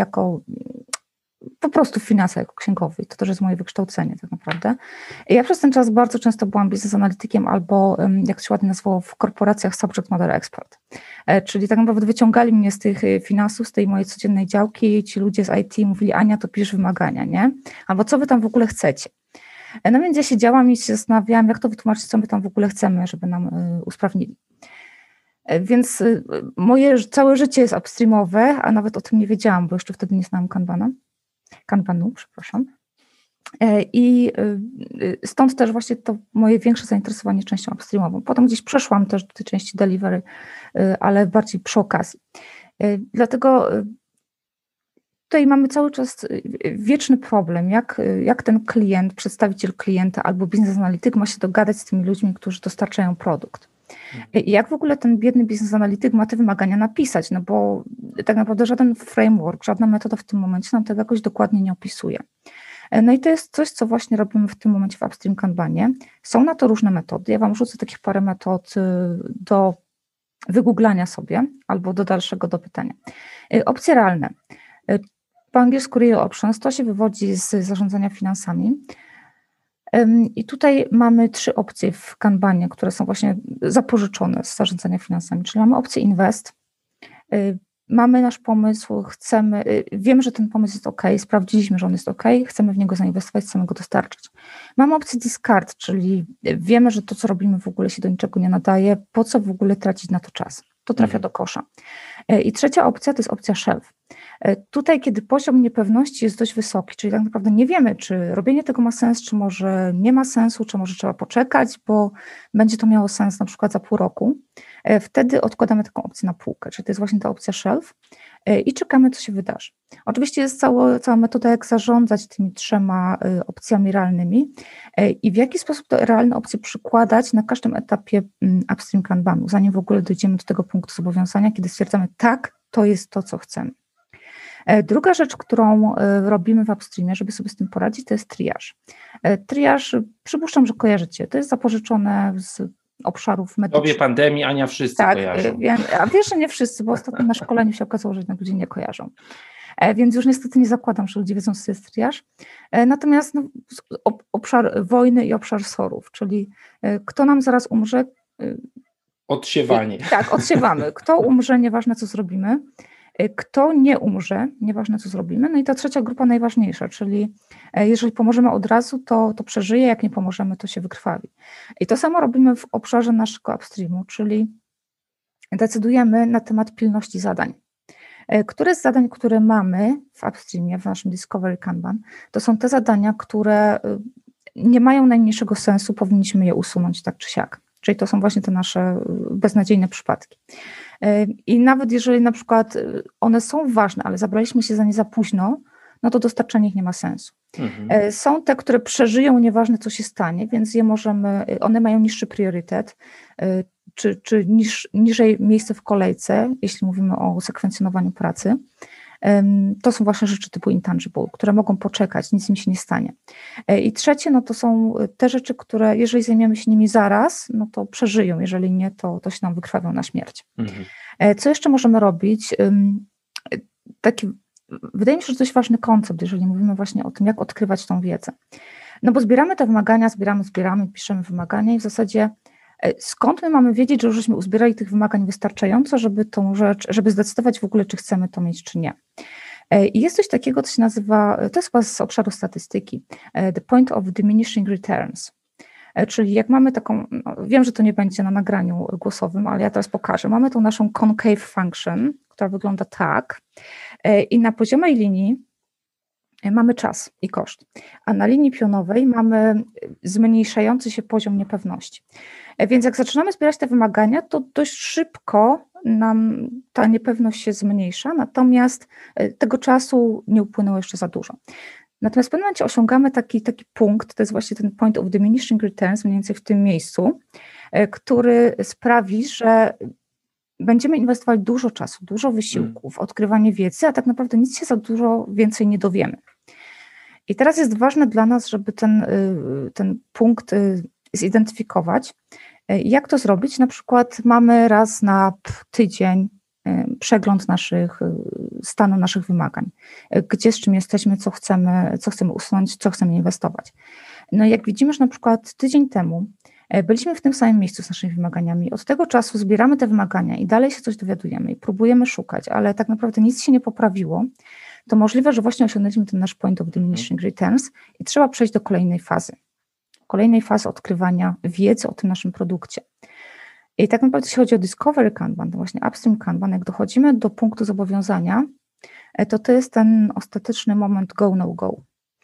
po prostu w finansach jako księgowy. To też jest moje wykształcenie tak naprawdę. Ja przez ten czas bardzo często byłam biznes analitykiem albo, jak się ładnie nazwało, w korporacjach subject matter expert. Czyli tak naprawdę wyciągali mnie z tych finansów, z tej mojej codziennej działki, ci ludzie z IT mówili: Ania, to pisz wymagania, nie? Albo co wy tam w ogóle chcecie? No więc ja siedziałam i się zastanawiałam, jak to wytłumaczyć, co my tam w ogóle chcemy, żeby nam usprawnili. Więc moje całe życie jest upstreamowe, a nawet o tym nie wiedziałam, bo jeszcze wtedy nie znałam Kanbanu, przepraszam. I stąd też właśnie to moje większe zainteresowanie częścią upstreamową. Potem gdzieś przeszłam też do tej części delivery, ale bardziej przy okazji. Dlatego tutaj mamy cały czas wieczny problem, jak ten klient, przedstawiciel klienta albo biznes analityk ma się dogadać z tymi ludźmi, którzy dostarczają produkt. I jak w ogóle ten biedny biznes analityk ma te wymagania napisać, no bo tak naprawdę żaden framework, żadna metoda w tym momencie nam tego jakoś dokładnie nie opisuje. No i to jest coś, co właśnie robimy w tym momencie w Upstream Kanbanie. Są na to różne metody. Ja wam rzucę takich parę metod do wygooglania sobie albo do dalszego dopytania. Opcje realne. Po angielsku real options, to się wywodzi z zarządzania finansami. I tutaj mamy 3 opcje w Kanbanie, które są właśnie zapożyczone z zarządzania finansami, czyli mamy opcję invest, mamy nasz pomysł, wiemy, że ten pomysł jest OK, sprawdziliśmy, że on jest OK, chcemy w niego zainwestować, chcemy go dostarczyć. Mamy opcję discard, czyli wiemy, że to, co robimy w ogóle się do niczego nie nadaje, po co w ogóle tracić na to czas. To trafia do kosza. I trzecia opcja to jest opcja shelf. Tutaj, kiedy poziom niepewności jest dość wysoki, czyli tak naprawdę nie wiemy, czy robienie tego ma sens, czy może nie ma sensu, czy może trzeba poczekać, bo będzie to miało sens na przykład za pół roku, wtedy odkładamy taką opcję na półkę, czyli to jest właśnie ta opcja shelf i czekamy, co się wydarzy. Oczywiście jest cała metoda, jak zarządzać tymi 3 opcjami realnymi i w jaki sposób te realne opcje przykładać na każdym etapie upstream Kanbanu, zanim w ogóle dojdziemy do tego punktu zobowiązania, kiedy stwierdzamy, tak, to jest to, co chcemy. Druga rzecz, którą robimy w upstreamie, żeby sobie z tym poradzić, to jest triaż. Triaż, przypuszczam, że kojarzycie, to jest zapożyczone z obszarów medycznych. W dobie pandemii, Ania, wszyscy kojarzą. A wiesz, że nie wszyscy, bo ostatnio na szkoleniu się okazało, że jednak ludzie nie kojarzą. Więc już niestety nie zakładam, że ludzie wiedzą, co jest triaż. Natomiast obszar wojny i obszar SOR-ów, czyli kto nam zaraz umrze. Odsiewanie. Tak, odsiewamy. Kto umrze, nieważne co zrobimy. Kto nie umrze, nieważne co zrobimy. No i ta trzecia grupa najważniejsza, czyli jeżeli pomożemy od razu, to przeżyje, jak nie pomożemy, to się wykrwawi. I to samo robimy w obszarze naszego upstreamu, czyli decydujemy na temat pilności zadań. Które z zadań, które mamy w upstreamie, w naszym Discovery Kanban, to są te zadania, które nie mają najmniejszego sensu, powinniśmy je usunąć tak czy siak. Czyli to są właśnie te nasze beznadziejne przypadki. I nawet jeżeli na przykład one są ważne, ale zabraliśmy się za nie za późno, no to dostarczanie ich nie ma sensu. Są te, które przeżyją, nieważne co się stanie, więc one mają niższy priorytet, czy niżej miejsce w kolejce, jeśli mówimy o sekwencjonowaniu pracy. To są właśnie rzeczy typu intangible, które mogą poczekać, nic im się nie stanie. I trzecie, no to są te rzeczy, które jeżeli zajmiemy się nimi zaraz, no to przeżyją, jeżeli nie, to się nam wykrwawią na śmierć. Co jeszcze możemy robić? Wydaje mi się, że to dość ważny koncept, jeżeli mówimy właśnie o tym, jak odkrywać tą wiedzę. No bo zbieramy te wymagania, zbieramy, piszemy wymagania i w zasadzie skąd my mamy wiedzieć, że już żeśmy uzbierali tych wymagań wystarczająco, żeby zdecydować w ogóle, czy chcemy to mieć, czy nie. I jest coś takiego, co się nazywa, to jest chyba z obszaru statystyki, the point of diminishing returns. Czyli jak mamy taką, wiem, że to nie będzie na nagraniu głosowym, ale ja teraz pokażę. Mamy tą naszą concave function, która wygląda tak i na poziomej linii mamy czas i koszt, a na linii pionowej mamy zmniejszający się poziom niepewności. Więc jak zaczynamy zbierać te wymagania, to dość szybko nam ta niepewność się zmniejsza, natomiast tego czasu nie upłynęło jeszcze za dużo. Natomiast w pewnym momencie osiągamy taki punkt, to jest właśnie ten point of diminishing returns, mniej więcej w tym miejscu, który sprawi, że będziemy inwestowali dużo czasu, dużo wysiłku w odkrywanie wiedzy, a tak naprawdę nic się za dużo więcej nie dowiemy. I teraz jest ważne dla nas, żeby ten punkt zidentyfikować. Jak to zrobić? Na przykład mamy raz na tydzień przegląd stanu naszych wymagań. Gdzie, z czym jesteśmy, co chcemy usunąć, co chcemy inwestować. No i jak widzimy, że na przykład tydzień temu byliśmy w tym samym miejscu z naszymi wymaganiami, od tego czasu zbieramy te wymagania i dalej się coś dowiadujemy i próbujemy szukać, ale tak naprawdę nic się nie poprawiło, to możliwe, że właśnie osiągnęliśmy ten nasz point of diminishing returns i trzeba przejść do kolejnej fazy odkrywania wiedzy o tym naszym produkcie. I tak naprawdę jeśli chodzi o Discovery Kanban, to właśnie Upstream Kanban, jak dochodzimy do punktu zobowiązania, to jest ten ostateczny moment go, no go.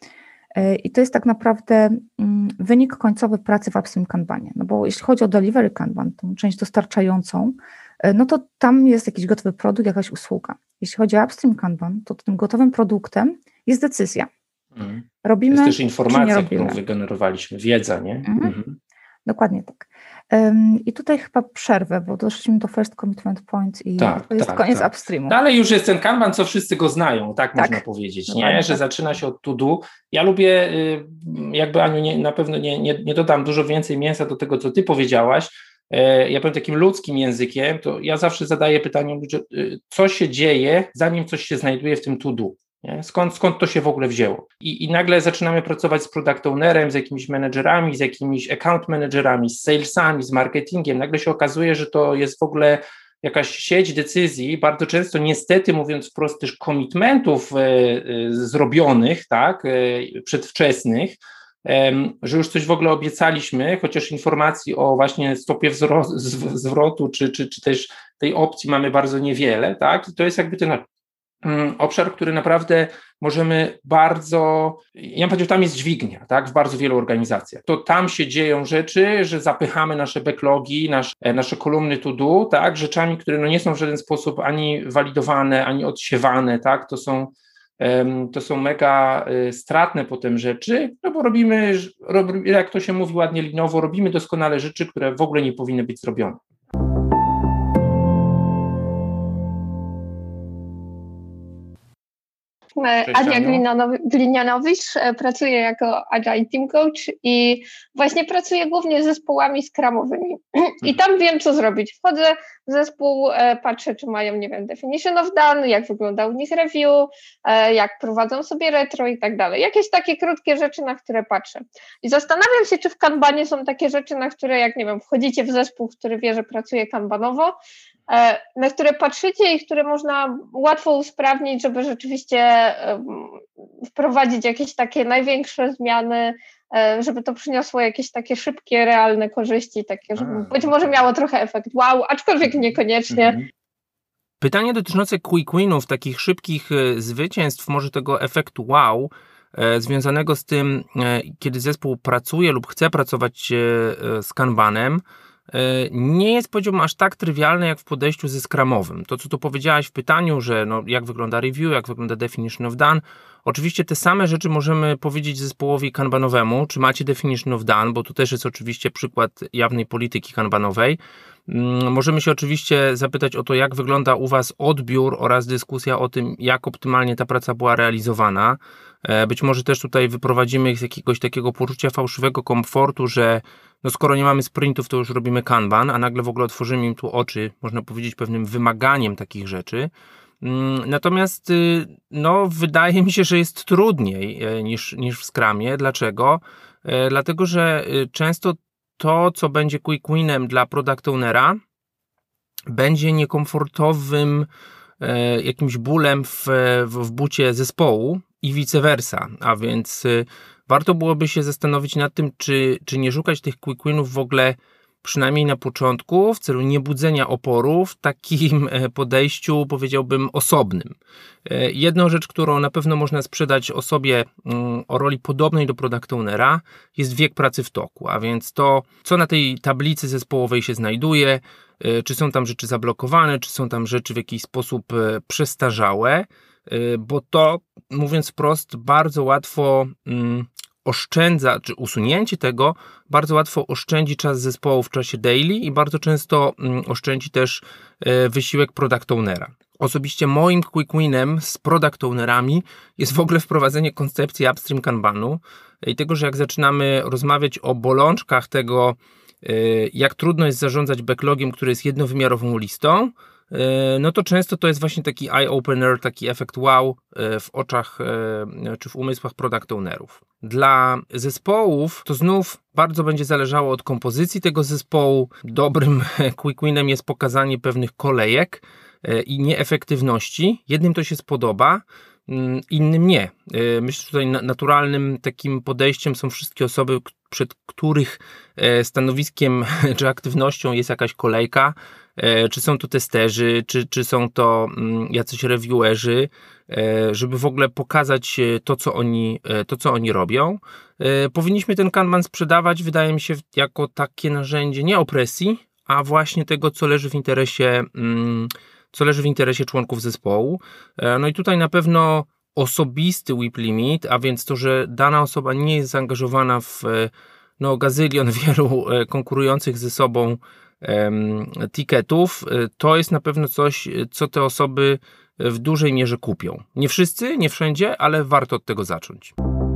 I to jest tak naprawdę wynik końcowy pracy w Upstream Kanbanie. No bo jeśli chodzi o Delivery Kanban, tą część dostarczającą, no to tam jest jakiś gotowy produkt, jakaś usługa. Jeśli chodzi o Upstream Kanban, to tym gotowym produktem jest decyzja. Robimy, to jest też informacja, którą wygenerowaliśmy, wiedza, nie? Dokładnie tak. I tutaj chyba przerwę, bo doszliśmy do first commitment point i to jest koniec upstreamu. No ale już jest ten Kanban, co wszyscy go znają, tak można powiedzieć, nie? Że zaczyna się od to do. Ja lubię, jakby Aniu, na pewno nie dodam dużo więcej mięsa do tego, co ty powiedziałaś. Ja powiem takim ludzkim językiem, to ja zawsze zadaję pytanie, co się dzieje, zanim coś się znajduje w tym to do. Nie? Skąd to się w ogóle wzięło? I nagle zaczynamy pracować z product ownerem, z jakimiś menedżerami, z jakimiś account managerami, z salesami, z marketingiem. Nagle się okazuje, że to jest w ogóle jakaś sieć decyzji, bardzo często niestety, mówiąc wprost, też commitmentów zrobionych, tak, przedwczesnych, że już coś w ogóle obiecaliśmy, chociaż informacji o właśnie stopie zwrotu, czy też tej opcji mamy bardzo niewiele, tak, i to jest jakby ten obszar, który naprawdę możemy bardzo, ja bym powiedział, tam jest dźwignia, tak, w bardzo wielu organizacjach. To tam się dzieją rzeczy, że zapychamy nasze backlogi, nasze kolumny to do, tak, rzeczami, które no nie są w żaden sposób ani walidowane, ani odsiewane, tak, to są mega stratne potem rzeczy, no bo robimy, jak to się mówi ładnie linowo, robimy doskonale rzeczy, które w ogóle nie powinny być zrobione. Ania Glinianowicz, pracuję jako Agile Team Coach i właśnie pracuję głównie z zespołami scrumowymi. I tam wiem, co zrobić. Wchodzę w zespół, patrzę, czy mają, nie wiem, definition of done, jak wygląda u nich review, jak prowadzą sobie retro i tak dalej. Jakieś takie krótkie rzeczy, na które patrzę. I zastanawiam się, czy w Kanbanie są takie rzeczy, na które, jak nie wiem, wchodzicie w zespół, który wie, że pracuje kanbanowo, na które patrzycie i które można łatwo usprawnić, żeby rzeczywiście wprowadzić jakieś takie największe zmiany, żeby to przyniosło jakieś takie szybkie, realne korzyści, takie, żeby być może miało trochę efekt wow, aczkolwiek niekoniecznie. Pytanie dotyczące quick winów, takich szybkich zwycięstw, może tego efektu wow, związanego z tym, kiedy zespół pracuje lub chce pracować z Kanbanem, nie jest, powiedziałbym, aż tak trywialne jak w podejściu ze Scrumowym. To, co tu powiedziałaś w pytaniu, że no, jak wygląda review, jak wygląda definition of done, oczywiście te same rzeczy możemy powiedzieć zespołowi kanbanowemu, czy macie definition of done, bo tu też jest oczywiście przykład jawnej polityki kanbanowej. Możemy się oczywiście zapytać o to, jak wygląda u Was odbiór oraz dyskusja o tym, jak optymalnie ta praca była realizowana. Być może też tutaj wyprowadzimy z jakiegoś takiego poczucia fałszywego komfortu, że no skoro nie mamy sprintów, to już robimy kanban, a nagle w ogóle otworzymy im tu oczy, można powiedzieć, pewnym wymaganiem takich rzeczy. Natomiast no, wydaje mi się, że jest trudniej niż w Scrumie. Dlaczego? Dlatego, że często to, co będzie quick winem dla product ownera, będzie niekomfortowym jakimś bólem w bucie zespołu i vice versa, a więc warto byłoby się zastanowić nad tym, czy nie szukać tych quick winów w ogóle przynajmniej na początku, w celu niebudzenia oporu w takim podejściu, powiedziałbym, osobnym. Jedną rzecz, którą na pewno można sprzedać osobie o roli podobnej do product ownera, jest wiek pracy w toku, a więc to, co na tej tablicy zespołowej się znajduje, czy są tam rzeczy zablokowane, czy są tam rzeczy w jakiś sposób przestarzałe, bo to, mówiąc wprost, bardzo łatwo oszczędza, czy usunięcie tego bardzo łatwo oszczędzi czas zespołu w czasie daily i bardzo często oszczędzi też wysiłek product ownera. Osobiście moim quick winem z product ownerami jest w ogóle wprowadzenie koncepcji upstream kanbanu i tego, że jak zaczynamy rozmawiać o bolączkach tego, jak trudno jest zarządzać backlogiem, który jest jednowymiarową listą, no to często to jest właśnie taki eye-opener, taki efekt wow w oczach czy w umysłach product ownerów. Dla zespołów to znów bardzo będzie zależało od kompozycji tego zespołu. Dobrym quick winem jest pokazanie pewnych kolejek i nieefektywności. Jednym to się spodoba, innym nie. Myślę, że tutaj naturalnym takim podejściem są wszystkie osoby, przed których stanowiskiem czy aktywnością jest jakaś kolejka, czy są to testerzy, czy są to jacyś reviewerzy, żeby w ogóle pokazać to, co oni robią. Powinniśmy ten Kanban sprzedawać, wydaje mi się, jako takie narzędzie nie opresji, a właśnie tego, co leży w interesie członków zespołu. No i tutaj na pewno osobisty WIP limit, a więc to, że dana osoba nie jest zaangażowana w gazylion wielu konkurujących ze sobą ticketów, to jest na pewno coś, co te osoby w dużej mierze kupią. Nie wszyscy, nie wszędzie, ale warto od tego zacząć.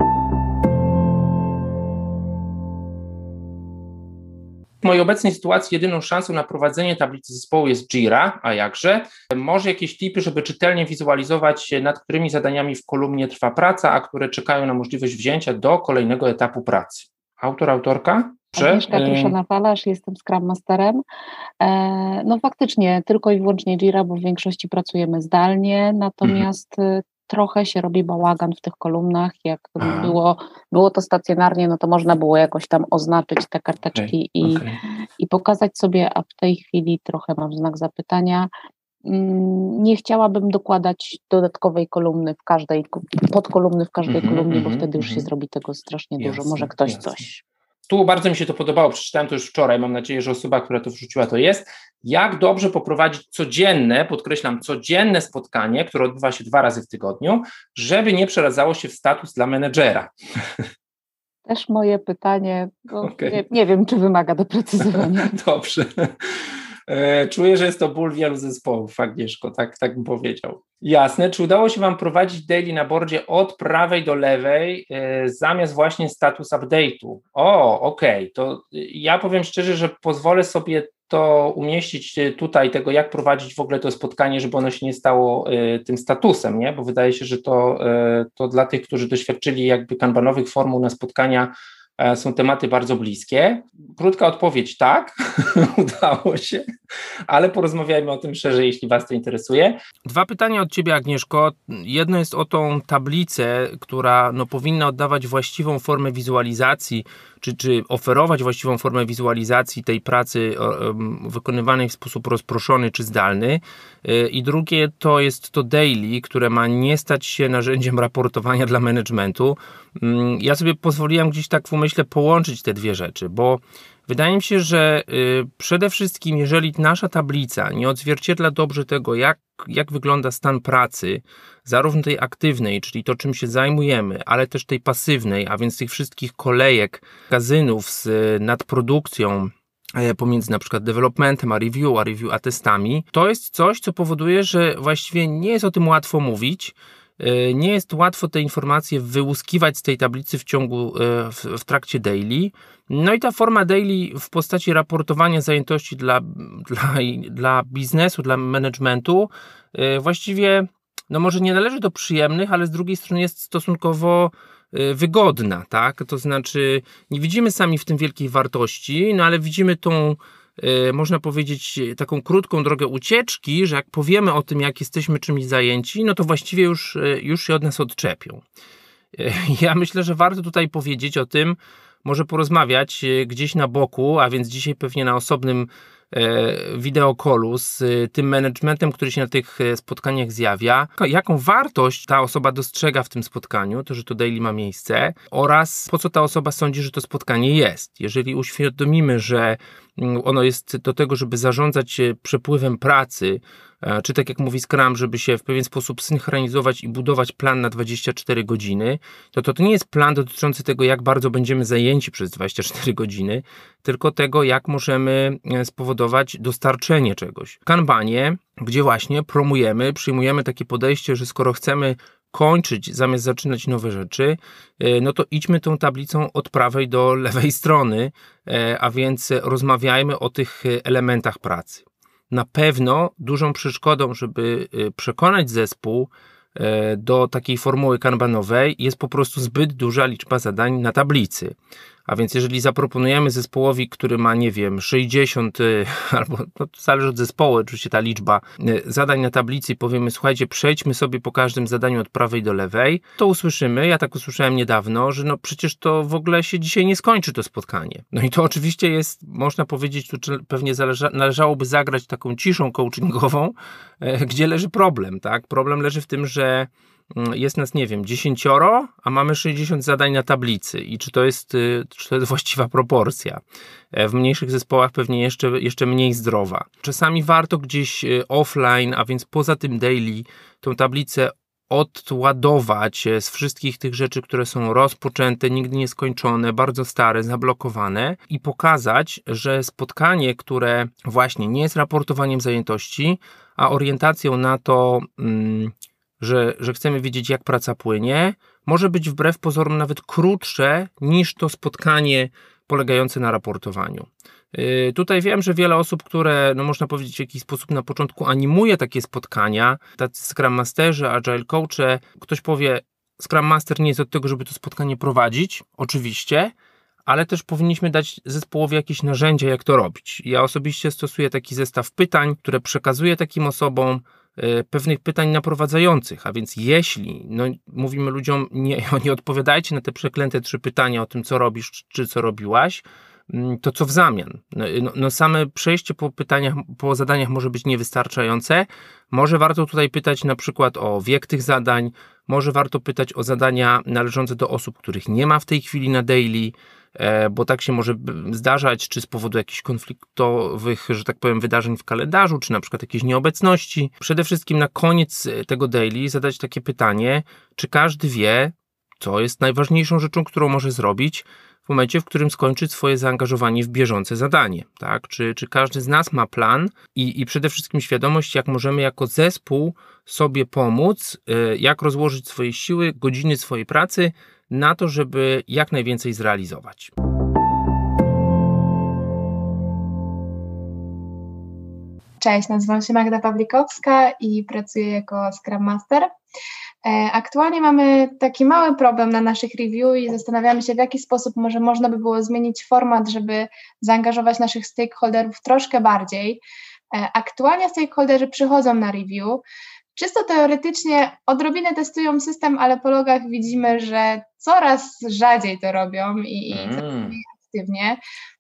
W mojej obecnej sytuacji jedyną szansą na prowadzenie tablicy zespołu jest Jira, a jakże. Może jakieś tipy, żeby czytelnie wizualizować, nad którymi zadaniami w kolumnie trwa praca, a które czekają na możliwość wzięcia do kolejnego etapu pracy. Autor, autorka? Agnieszka Kruszana-Walasz, jestem Scrum Masterem. No faktycznie tylko i wyłącznie Jira, bo w większości pracujemy zdalnie, natomiast trochę się robi bałagan w tych kolumnach. Jak było to stacjonarnie, no to można było jakoś tam oznaczyć te karteczki i pokazać sobie, a w tej chwili trochę mam znak zapytania. Nie chciałabym dokładać dodatkowej kolumny w każdej, podkolumny w każdej kolumnie, bo wtedy już się zrobi tego strasznie dużo. Może ktoś coś. Tu bardzo mi się to podobało, przeczytałem to już wczoraj, mam nadzieję, że osoba, która to wrzuciła, to jest. Jak dobrze poprowadzić codzienne, podkreślam, codzienne spotkanie, które odbywa się 2 razy w tygodniu, żeby nie przeradzało się w status dla menedżera. Też moje pytanie, nie wiem, czy wymaga doprecyzowania. Dobrze. Czuję, że jest to ból wielu zespołów, Agnieszko, tak bym powiedział. Jasne. Czy udało się Wam prowadzić daily na boardzie od prawej do lewej zamiast właśnie status update'u? Okej. To ja powiem szczerze, że pozwolę sobie to umieścić tutaj, tego jak prowadzić w ogóle to spotkanie, żeby ono się nie stało tym statusem, nie? Bo wydaje się, że to dla tych, którzy doświadczyli jakby kanbanowych formuł na spotkania, są tematy bardzo bliskie. Krótka odpowiedź, tak, udało się, ale porozmawiajmy o tym szerzej, jeśli Was to interesuje. 2 pytania od Ciebie, Agnieszko. Jedno jest o tą tablicę, która powinna oddawać właściwą formę wizualizacji, czy oferować właściwą formę wizualizacji tej pracy wykonywanej w sposób rozproszony czy zdalny. I drugie to jest to daily, które ma nie stać się narzędziem raportowania dla managementu. Ja sobie pozwoliłem gdzieś tak w umyśle połączyć te 2 rzeczy, bo wydaje mi się, że przede wszystkim jeżeli nasza tablica nie odzwierciedla dobrze tego, jak wygląda stan pracy, zarówno tej aktywnej, czyli to, czym się zajmujemy, ale też tej pasywnej, a więc tych wszystkich kolejek, magazynów z nadprodukcją pomiędzy na przykład developmentem a review a testami, to jest coś, co powoduje, że właściwie nie jest o tym łatwo mówić, nie jest łatwo te informacje wyłuskiwać z tej tablicy w trakcie daily. No i ta forma daily w postaci raportowania zajętości dla biznesu, dla managementu właściwie może nie należy do przyjemnych, ale z drugiej strony jest stosunkowo wygodna, tak? To znaczy nie widzimy sami w tym wielkiej wartości, ale widzimy tą, można powiedzieć, taką krótką drogę ucieczki, że jak powiemy o tym, jak jesteśmy czymś zajęci, to właściwie już się od nas odczepią. Ja myślę, że warto tutaj powiedzieć o tym, może porozmawiać gdzieś na boku, a więc dzisiaj pewnie na osobnym wideokallu z tym managementem, który się na tych spotkaniach zjawia, jaką wartość ta osoba dostrzega w tym spotkaniu, to, że to daily ma miejsce oraz po co ta osoba sądzi, że to spotkanie jest. Jeżeli uświadomimy, że ono jest do tego, żeby zarządzać przepływem pracy, czy tak jak mówi Scrum, żeby się w pewien sposób synchronizować i budować plan na 24 godziny, to nie jest plan dotyczący tego, jak bardzo będziemy zajęci przez 24 godziny, tylko tego, jak możemy spowodować dostarczenie czegoś. W Kanbanie, gdzie właśnie przyjmujemy takie podejście, że skoro chcemy kończyć zamiast zaczynać nowe rzeczy, to idźmy tą tablicą od prawej do lewej strony, a więc rozmawiajmy o tych elementach pracy. Na pewno dużą przeszkodą, żeby przekonać zespół do takiej formuły kanbanowej jest po prostu zbyt duża liczba zadań na tablicy. A więc jeżeli zaproponujemy zespołowi, który ma, 60 albo to zależy od zespołu, oczywiście ta liczba zadań na tablicy i powiemy, słuchajcie, przejdźmy sobie po każdym zadaniu od prawej do lewej, to usłyszymy, ja tak usłyszałem niedawno, że przecież to w ogóle się dzisiaj nie skończy to spotkanie. I to oczywiście jest, można powiedzieć, tu pewnie należałoby zagrać taką ciszą coachingową, gdzie leży problem, tak? Problem leży w tym, że jest nas, 10, a mamy 60 zadań na tablicy i czy to jest właściwa proporcja. W mniejszych zespołach pewnie jeszcze mniej zdrowa. Czasami warto gdzieś offline, a więc poza tym daily, tą tablicę odładować z wszystkich tych rzeczy, które są rozpoczęte, nigdy nieskończone, bardzo stare, zablokowane i pokazać, że spotkanie, które właśnie nie jest raportowaniem zajętości, a orientacją na to, że chcemy wiedzieć, jak praca płynie, może być wbrew pozorom nawet krótsze niż to spotkanie polegające na raportowaniu. Tutaj wiem, że wiele osób, które, można powiedzieć, w jakiś sposób na początku animuje takie spotkania, tacy Scrum Masterzy, Agile Coache, ktoś powie, Scrum Master nie jest od tego, żeby to spotkanie prowadzić, oczywiście, ale też powinniśmy dać zespołowi jakieś narzędzia, jak to robić. Ja osobiście stosuję taki zestaw pytań, które przekazuję takim osobom, pewnych pytań naprowadzających, a więc jeśli mówimy ludziom, nie odpowiadajcie na te przeklęte 3 pytania o tym, co robisz, czy co robiłaś, to co w zamian? Same przejście po zadaniach może być niewystarczające. Może warto tutaj pytać na przykład o wiek tych zadań, może warto pytać o zadania należące do osób, których nie ma w tej chwili na daily, bo tak się może zdarzać, czy z powodu jakichś konfliktowych, że tak powiem, wydarzeń w kalendarzu, czy na przykład jakiejś nieobecności. Przede wszystkim na koniec tego daily zadać takie pytanie, czy każdy wie, co jest najważniejszą rzeczą, którą może zrobić w momencie, w którym skończy swoje zaangażowanie w bieżące zadanie, tak? Czy każdy z nas ma plan i przede wszystkim świadomość, jak możemy jako zespół sobie pomóc, jak rozłożyć swoje siły, godziny swojej pracy na to, żeby jak najwięcej zrealizować. Cześć, nazywam się Magda Pawlikowska i pracuję jako Scrum Master. Aktualnie mamy taki mały problem na naszych review i zastanawiamy się, w jaki sposób może można by było zmienić format, żeby zaangażować naszych stakeholderów troszkę bardziej. Aktualnie stakeholderzy przychodzą na review. Czysto teoretycznie odrobinę testują system, ale po logach widzimy, że coraz rzadziej to robią i coraz mniej aktywnie.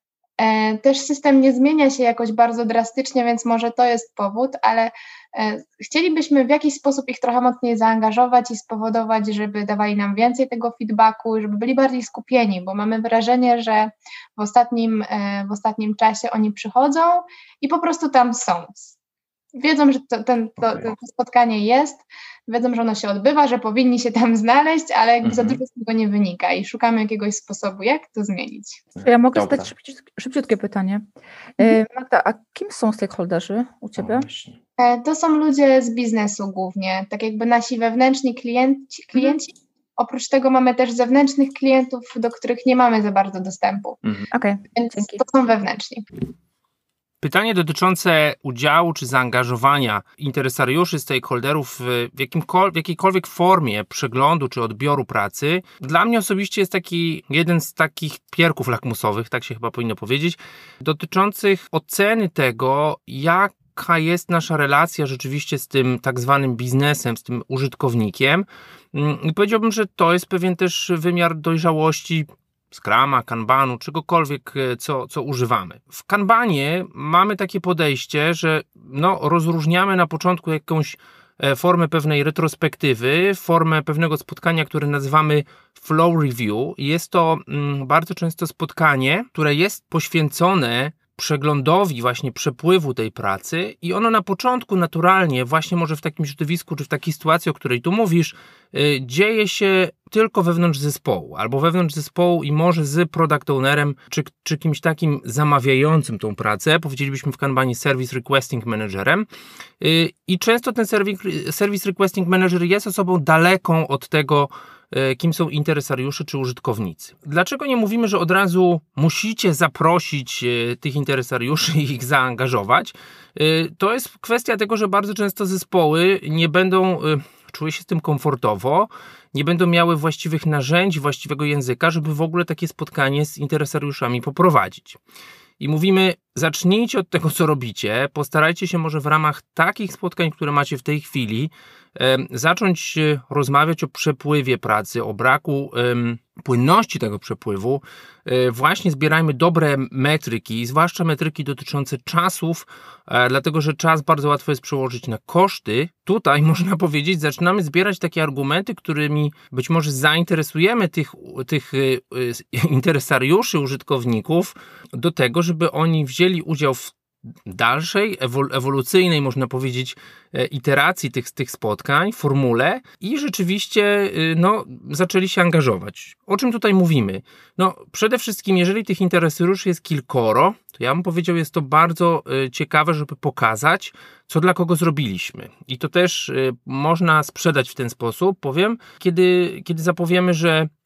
Też system nie zmienia się jakoś bardzo drastycznie, więc może to jest powód, ale chcielibyśmy w jakiś sposób ich trochę mocniej zaangażować i spowodować, żeby dawali nam więcej tego feedbacku, żeby byli bardziej skupieni, bo mamy wrażenie, że w ostatnim czasie oni przychodzą i po prostu tam są. Wiedzą, że to spotkanie jest, wiedzą, że ono się odbywa, że powinni się tam znaleźć, ale jakby za dużo z tego nie wynika i szukamy jakiegoś sposobu, jak to zmienić. Ja mogę zadać szybciutkie pytanie. Magda, a kim są stakeholderzy u Ciebie? To są ludzie z biznesu głównie, tak jakby nasi wewnętrzni klienci. Oprócz tego mamy też zewnętrznych klientów, do których nie mamy za bardzo dostępu. Więc dzięki. To są wewnętrzni. Pytanie dotyczące udziału czy zaangażowania interesariuszy, stakeholderów w jakiejkolwiek formie przeglądu czy odbioru pracy, dla mnie osobiście jest taki jeden z takich pierków lakmusowych, tak się chyba powinno powiedzieć, dotyczących oceny tego, jaka jest nasza relacja rzeczywiście z tym tak zwanym biznesem, z tym użytkownikiem. I powiedziałbym, że to jest pewien też wymiar dojrzałości Scruma, Kanbanu, czegokolwiek, co używamy. W Kanbanie mamy takie podejście, że rozróżniamy na początku jakąś formę pewnej retrospektywy, formę pewnego spotkania, które nazywamy flow review. Jest to bardzo często spotkanie, które jest poświęcone przeglądowi właśnie przepływu tej pracy i ono na początku naturalnie właśnie może w takim środowisku czy w takiej sytuacji, o której tu mówisz, dzieje się tylko wewnątrz zespołu albo wewnątrz zespołu i może z product ownerem czy kimś takim zamawiającym tą pracę, powiedzielibyśmy w Kanbanie Service Requesting Managerem i często ten Service Requesting Manager jest osobą daleką od tego, kim są interesariusze czy użytkownicy. Dlaczego nie mówimy, że od razu musicie zaprosić tych interesariuszy i ich zaangażować? To jest kwestia tego, że bardzo często zespoły nie będą czuły się z tym komfortowo, nie będą miały właściwych narzędzi, właściwego języka, żeby w ogóle takie spotkanie z interesariuszami poprowadzić. I mówimy, zacznijcie od tego, co robicie, postarajcie się może w ramach takich spotkań, które macie w tej chwili, zacząć rozmawiać o przepływie pracy, o braku płynności tego przepływu. Właśnie zbierajmy dobre metryki, zwłaszcza metryki dotyczące czasów, dlatego że czas bardzo łatwo jest przełożyć na koszty. Tutaj można powiedzieć, zaczynamy zbierać takie argumenty, którymi być może zainteresujemy tych interesariuszy, użytkowników do tego, żeby oni wzięli udział w dalszej, ewolucyjnej, można powiedzieć, iteracji tych spotkań, formule i rzeczywiście zaczęli się angażować. O czym tutaj mówimy? Przede wszystkim, jeżeli tych interesariuszy jest kilkoro, to ja bym powiedział, jest to bardzo ciekawe, żeby pokazać, co dla kogo zrobiliśmy. I to też można sprzedać w ten sposób, powiem, kiedy zapowiemy, że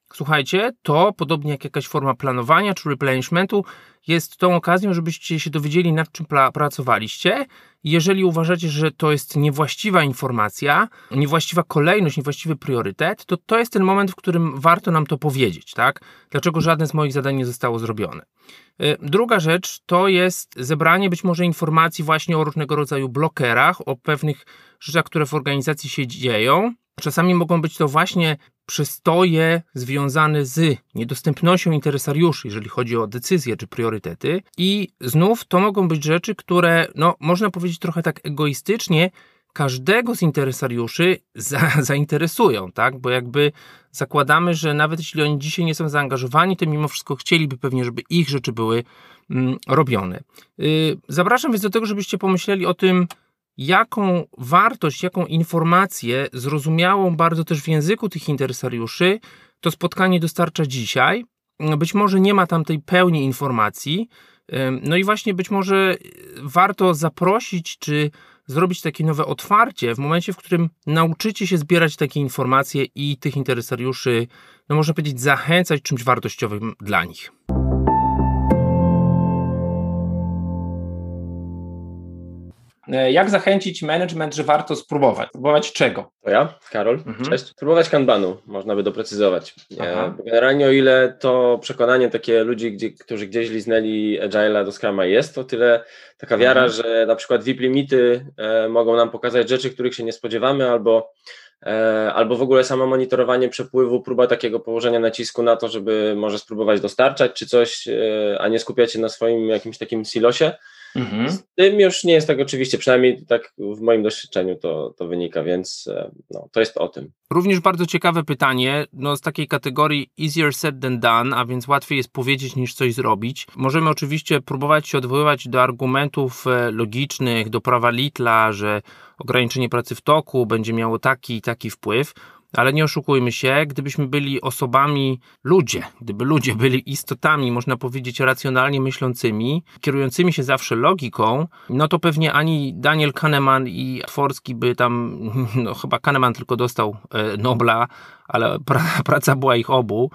słuchajcie, to podobnie jak jakaś forma planowania czy replenishmentu jest tą okazją, żebyście się dowiedzieli, nad czym pracowaliście. Jeżeli uważacie, że to jest niewłaściwa informacja, niewłaściwa kolejność, niewłaściwy priorytet, to jest ten moment, w którym warto nam to powiedzieć, tak? Dlaczego żadne z moich zadań nie zostało zrobione. Druga rzecz to jest zebranie być może informacji właśnie o różnego rodzaju blokerach, o pewnych rzeczach, które w organizacji się dzieją. Czasami mogą być to właśnie przystoje związane z niedostępnością interesariuszy, jeżeli chodzi o decyzje czy priorytety. I znów to mogą być rzeczy, które, można powiedzieć trochę tak egoistycznie, każdego z interesariuszy zainteresują, tak? Bo jakby zakładamy, że nawet jeśli oni dzisiaj nie są zaangażowani, to mimo wszystko chcieliby pewnie, żeby ich rzeczy były robione. Zapraszam więc do tego, żebyście pomyśleli o tym, jaką wartość, jaką informację zrozumiałą bardzo też w języku tych interesariuszy to spotkanie dostarcza dzisiaj. Być może nie ma tam tej pełni informacji, i właśnie być może warto zaprosić, czy zrobić takie nowe otwarcie w momencie, w którym nauczycie się zbierać takie informacje i tych interesariuszy, można powiedzieć, zachęcać czymś wartościowym dla nich. Jak zachęcić management, że warto spróbować? Spróbować czego? To ja, Karol. Cześć. Spróbować Kanbanu, można by doprecyzować. Generalnie o ile to przekonanie takie ludzi, którzy gdzieś liznęli Agile'a do Scruma jest, to tyle taka wiara, że na przykład VIP limity mogą nam pokazać rzeczy, których się nie spodziewamy, albo w ogóle samo monitorowanie przepływu, próba takiego położenia nacisku na to, żeby może spróbować dostarczać czy coś, a nie skupiać się na swoim jakimś takim silosie. Z tym już nie jest tak oczywiście, przynajmniej tak w moim doświadczeniu to wynika, więc to jest o tym. Również bardzo ciekawe pytanie, z takiej kategorii easier said than done, a więc łatwiej jest powiedzieć niż coś zrobić. Możemy oczywiście próbować się odwoływać do argumentów logicznych, do prawa Littla, że ograniczenie pracy w toku będzie miało taki i taki wpływ. Ale nie oszukujmy się, gdybyśmy byli osobami, gdyby ludzie byli istotami, można powiedzieć, racjonalnie myślącymi, kierującymi się zawsze logiką, to pewnie ani Daniel Kahneman i Tworski by tam, chyba Kahneman tylko dostał Nobla, ale praca była ich obu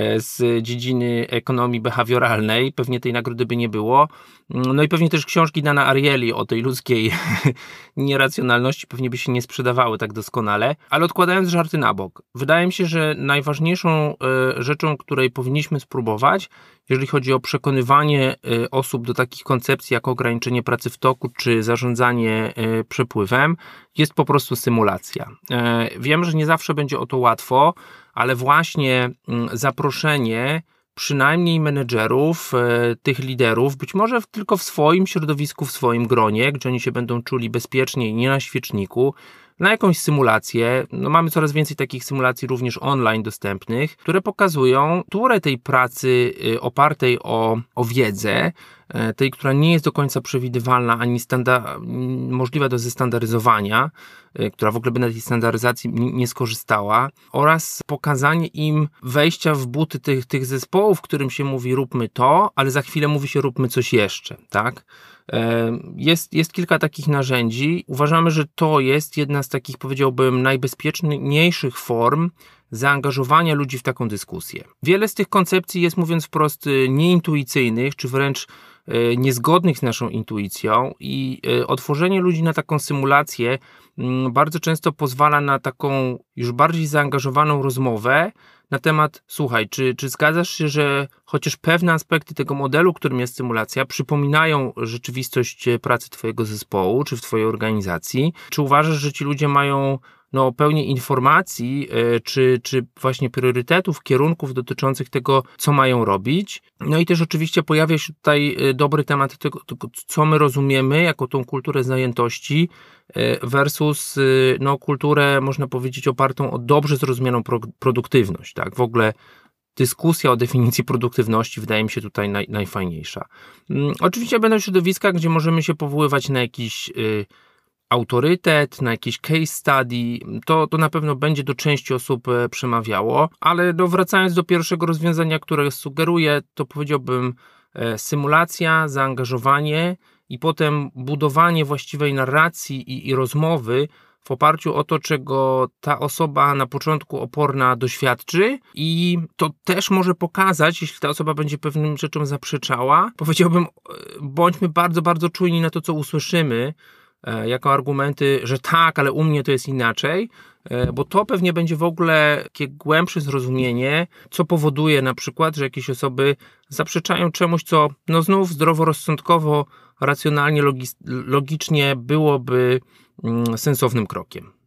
z dziedziny ekonomii behawioralnej, pewnie tej nagrody by nie było. I pewnie też książki Dana Ariely o tej ludzkiej nieracjonalności pewnie by się nie sprzedawały tak doskonale, ale odkładając żarty na bok, wydaje mi się, że najważniejszą rzeczą, której powinniśmy spróbować, jeżeli chodzi o przekonywanie osób do takich koncepcji jak ograniczenie pracy w toku czy zarządzanie przepływem, jest po prostu symulacja. Wiem, że nie zawsze będzie o to łatwo, ale właśnie zaproszenie przynajmniej menedżerów, tych liderów, być może tylko w swoim środowisku, w swoim gronie, gdzie oni się będą czuli bezpiecznie i nie na świeczniku, na jakąś symulację. Mamy coraz więcej takich symulacji również online dostępnych, które pokazują turę tej pracy opartej o wiedzę, tej, która nie jest do końca przewidywalna ani możliwa do zestandaryzowania, która w ogóle by na tej standaryzacji nie skorzystała, oraz pokazanie im wejścia w buty tych zespołów, w którym się mówi róbmy to, ale za chwilę mówi się róbmy coś jeszcze, tak? Jest kilka takich narzędzi. Uważamy, że to jest jedna z takich, powiedziałbym, najbezpieczniejszych form zaangażowania ludzi w taką dyskusję. Wiele z tych koncepcji jest, mówiąc wprost, nieintuicyjnych, czy wręcz niezgodnych z naszą intuicją i otworzenie ludzi na taką symulację bardzo często pozwala na taką już bardziej zaangażowaną rozmowę na temat, słuchaj, czy zgadzasz się, że chociaż pewne aspekty tego modelu, którym jest symulacja, przypominają rzeczywistość pracy twojego zespołu, czy w twojej organizacji? Czy uważasz, że ci ludzie mają pełnię informacji, czy właśnie priorytetów, kierunków dotyczących tego, co mają robić? I też oczywiście pojawia się tutaj dobry temat tego, co my rozumiemy jako tą kulturę zajętości versus kulturę, można powiedzieć, opartą o dobrze zrozumianą produktywność. Tak? W ogóle dyskusja o definicji produktywności wydaje mi się tutaj najfajniejsza. Oczywiście będą środowiska, gdzie możemy się powoływać na jakiś autorytet, na jakiś case study, to na pewno będzie do części osób przemawiało, ale wracając do pierwszego rozwiązania, które sugeruję, to powiedziałbym symulacja, zaangażowanie i potem budowanie właściwej narracji i rozmowy w oparciu o to, czego ta osoba na początku oporna doświadczy i to też może pokazać, jeśli ta osoba będzie pewnym rzeczom zaprzeczała, powiedziałbym, bądźmy bardzo, bardzo czujni na to, co usłyszymy, jako argumenty, że tak, ale u mnie to jest inaczej, bo to pewnie będzie w ogóle takie głębsze zrozumienie, co powoduje na przykład, że jakieś osoby zaprzeczają czemuś, co no znów zdroworozsądkowo, racjonalnie, logicznie byłoby sensownym krokiem.